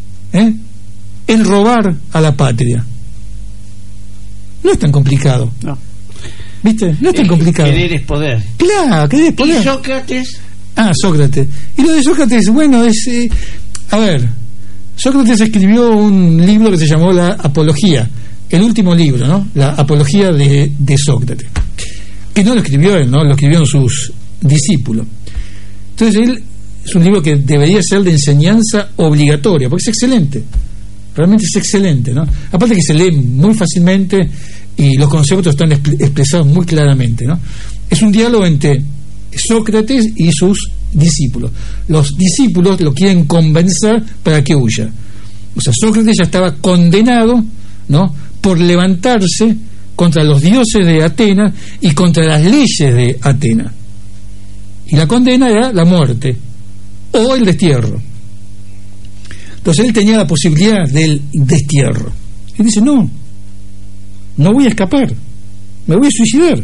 en robar a la patria. No es tan complicado. No. ¿Viste? No es tan complicado. Querer es poder. Claro, querer es poder. ¿Y Sócrates? Sócrates. Y lo de Sócrates, bueno, es... a ver, Sócrates escribió un libro que se llamó La Apología, el último libro, ¿no? La Apología de Sócrates. Que no lo escribió él, ¿no? Lo escribieron sus discípulos. Entonces él es un libro que debería ser de enseñanza obligatoria, porque es excelente. Realmente es excelente, ¿no? Aparte que se lee muy fácilmente y los conceptos están expresados muy claramente, ¿no? Es un diálogo entre Sócrates y sus discípulos. Los discípulos lo quieren convencer para que huya. O sea, Sócrates ya estaba condenado, ¿no?, por levantarse contra los dioses de Atenas y contra las leyes de Atenas. Y la condena era la muerte o el destierro. Entonces él tenía la posibilidad del destierro. Él dice, no voy a escapar, me voy a suicidar,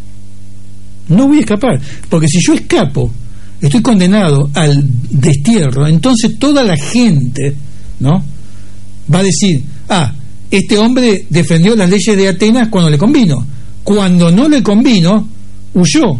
no voy a escapar, porque si yo escapo, estoy condenado al destierro. Entonces toda la gente, ¿no?, va a decir, este hombre defendió las leyes de Atenas cuando le convino, cuando no le convino, huyó.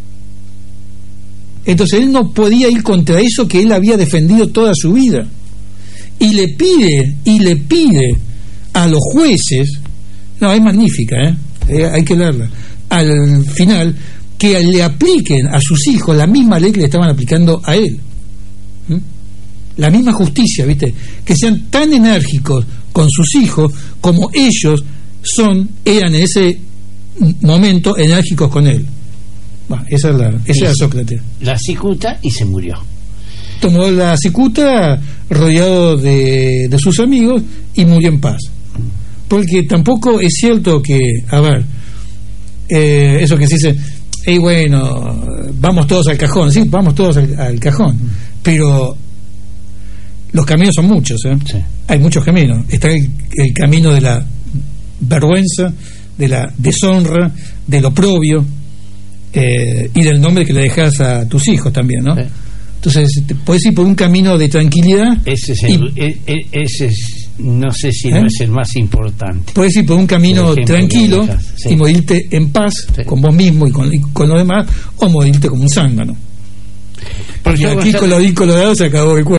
Entonces él no podía ir contra eso que él había defendido toda su vida. Y le pide a los jueces, no, es magnífica, hay que leerla, al final, que le apliquen a sus hijos la misma ley que le estaban aplicando a él. La misma justicia, ¿viste? Que sean tan enérgicos con sus hijos como ellos eran en ese momentos enérgicos con él. Bueno, esa era Sócrates. La cicuta y se murió. Tomó la cicuta rodeado de sus amigos y murió en paz. Porque tampoco es cierto que, a ver, eso que se dice, bueno, vamos todos al cajón. Sí, vamos todos al cajón, pero los caminos son muchos, sí. Hay muchos caminos. Está el camino de la vergüenza, de la deshonra, del oprobio, y del nombre que le dejas a tus hijos también, ¿no? Sí. Entonces puedes ir por un camino de tranquilidad. Ese es no sé si no es el más importante. Puedes ir por un camino tranquilo, sí, y morirte en paz, sí, con vos mismo y con los demás, o morirte como un zángano. Porque aquí colorado se acabó el cuento.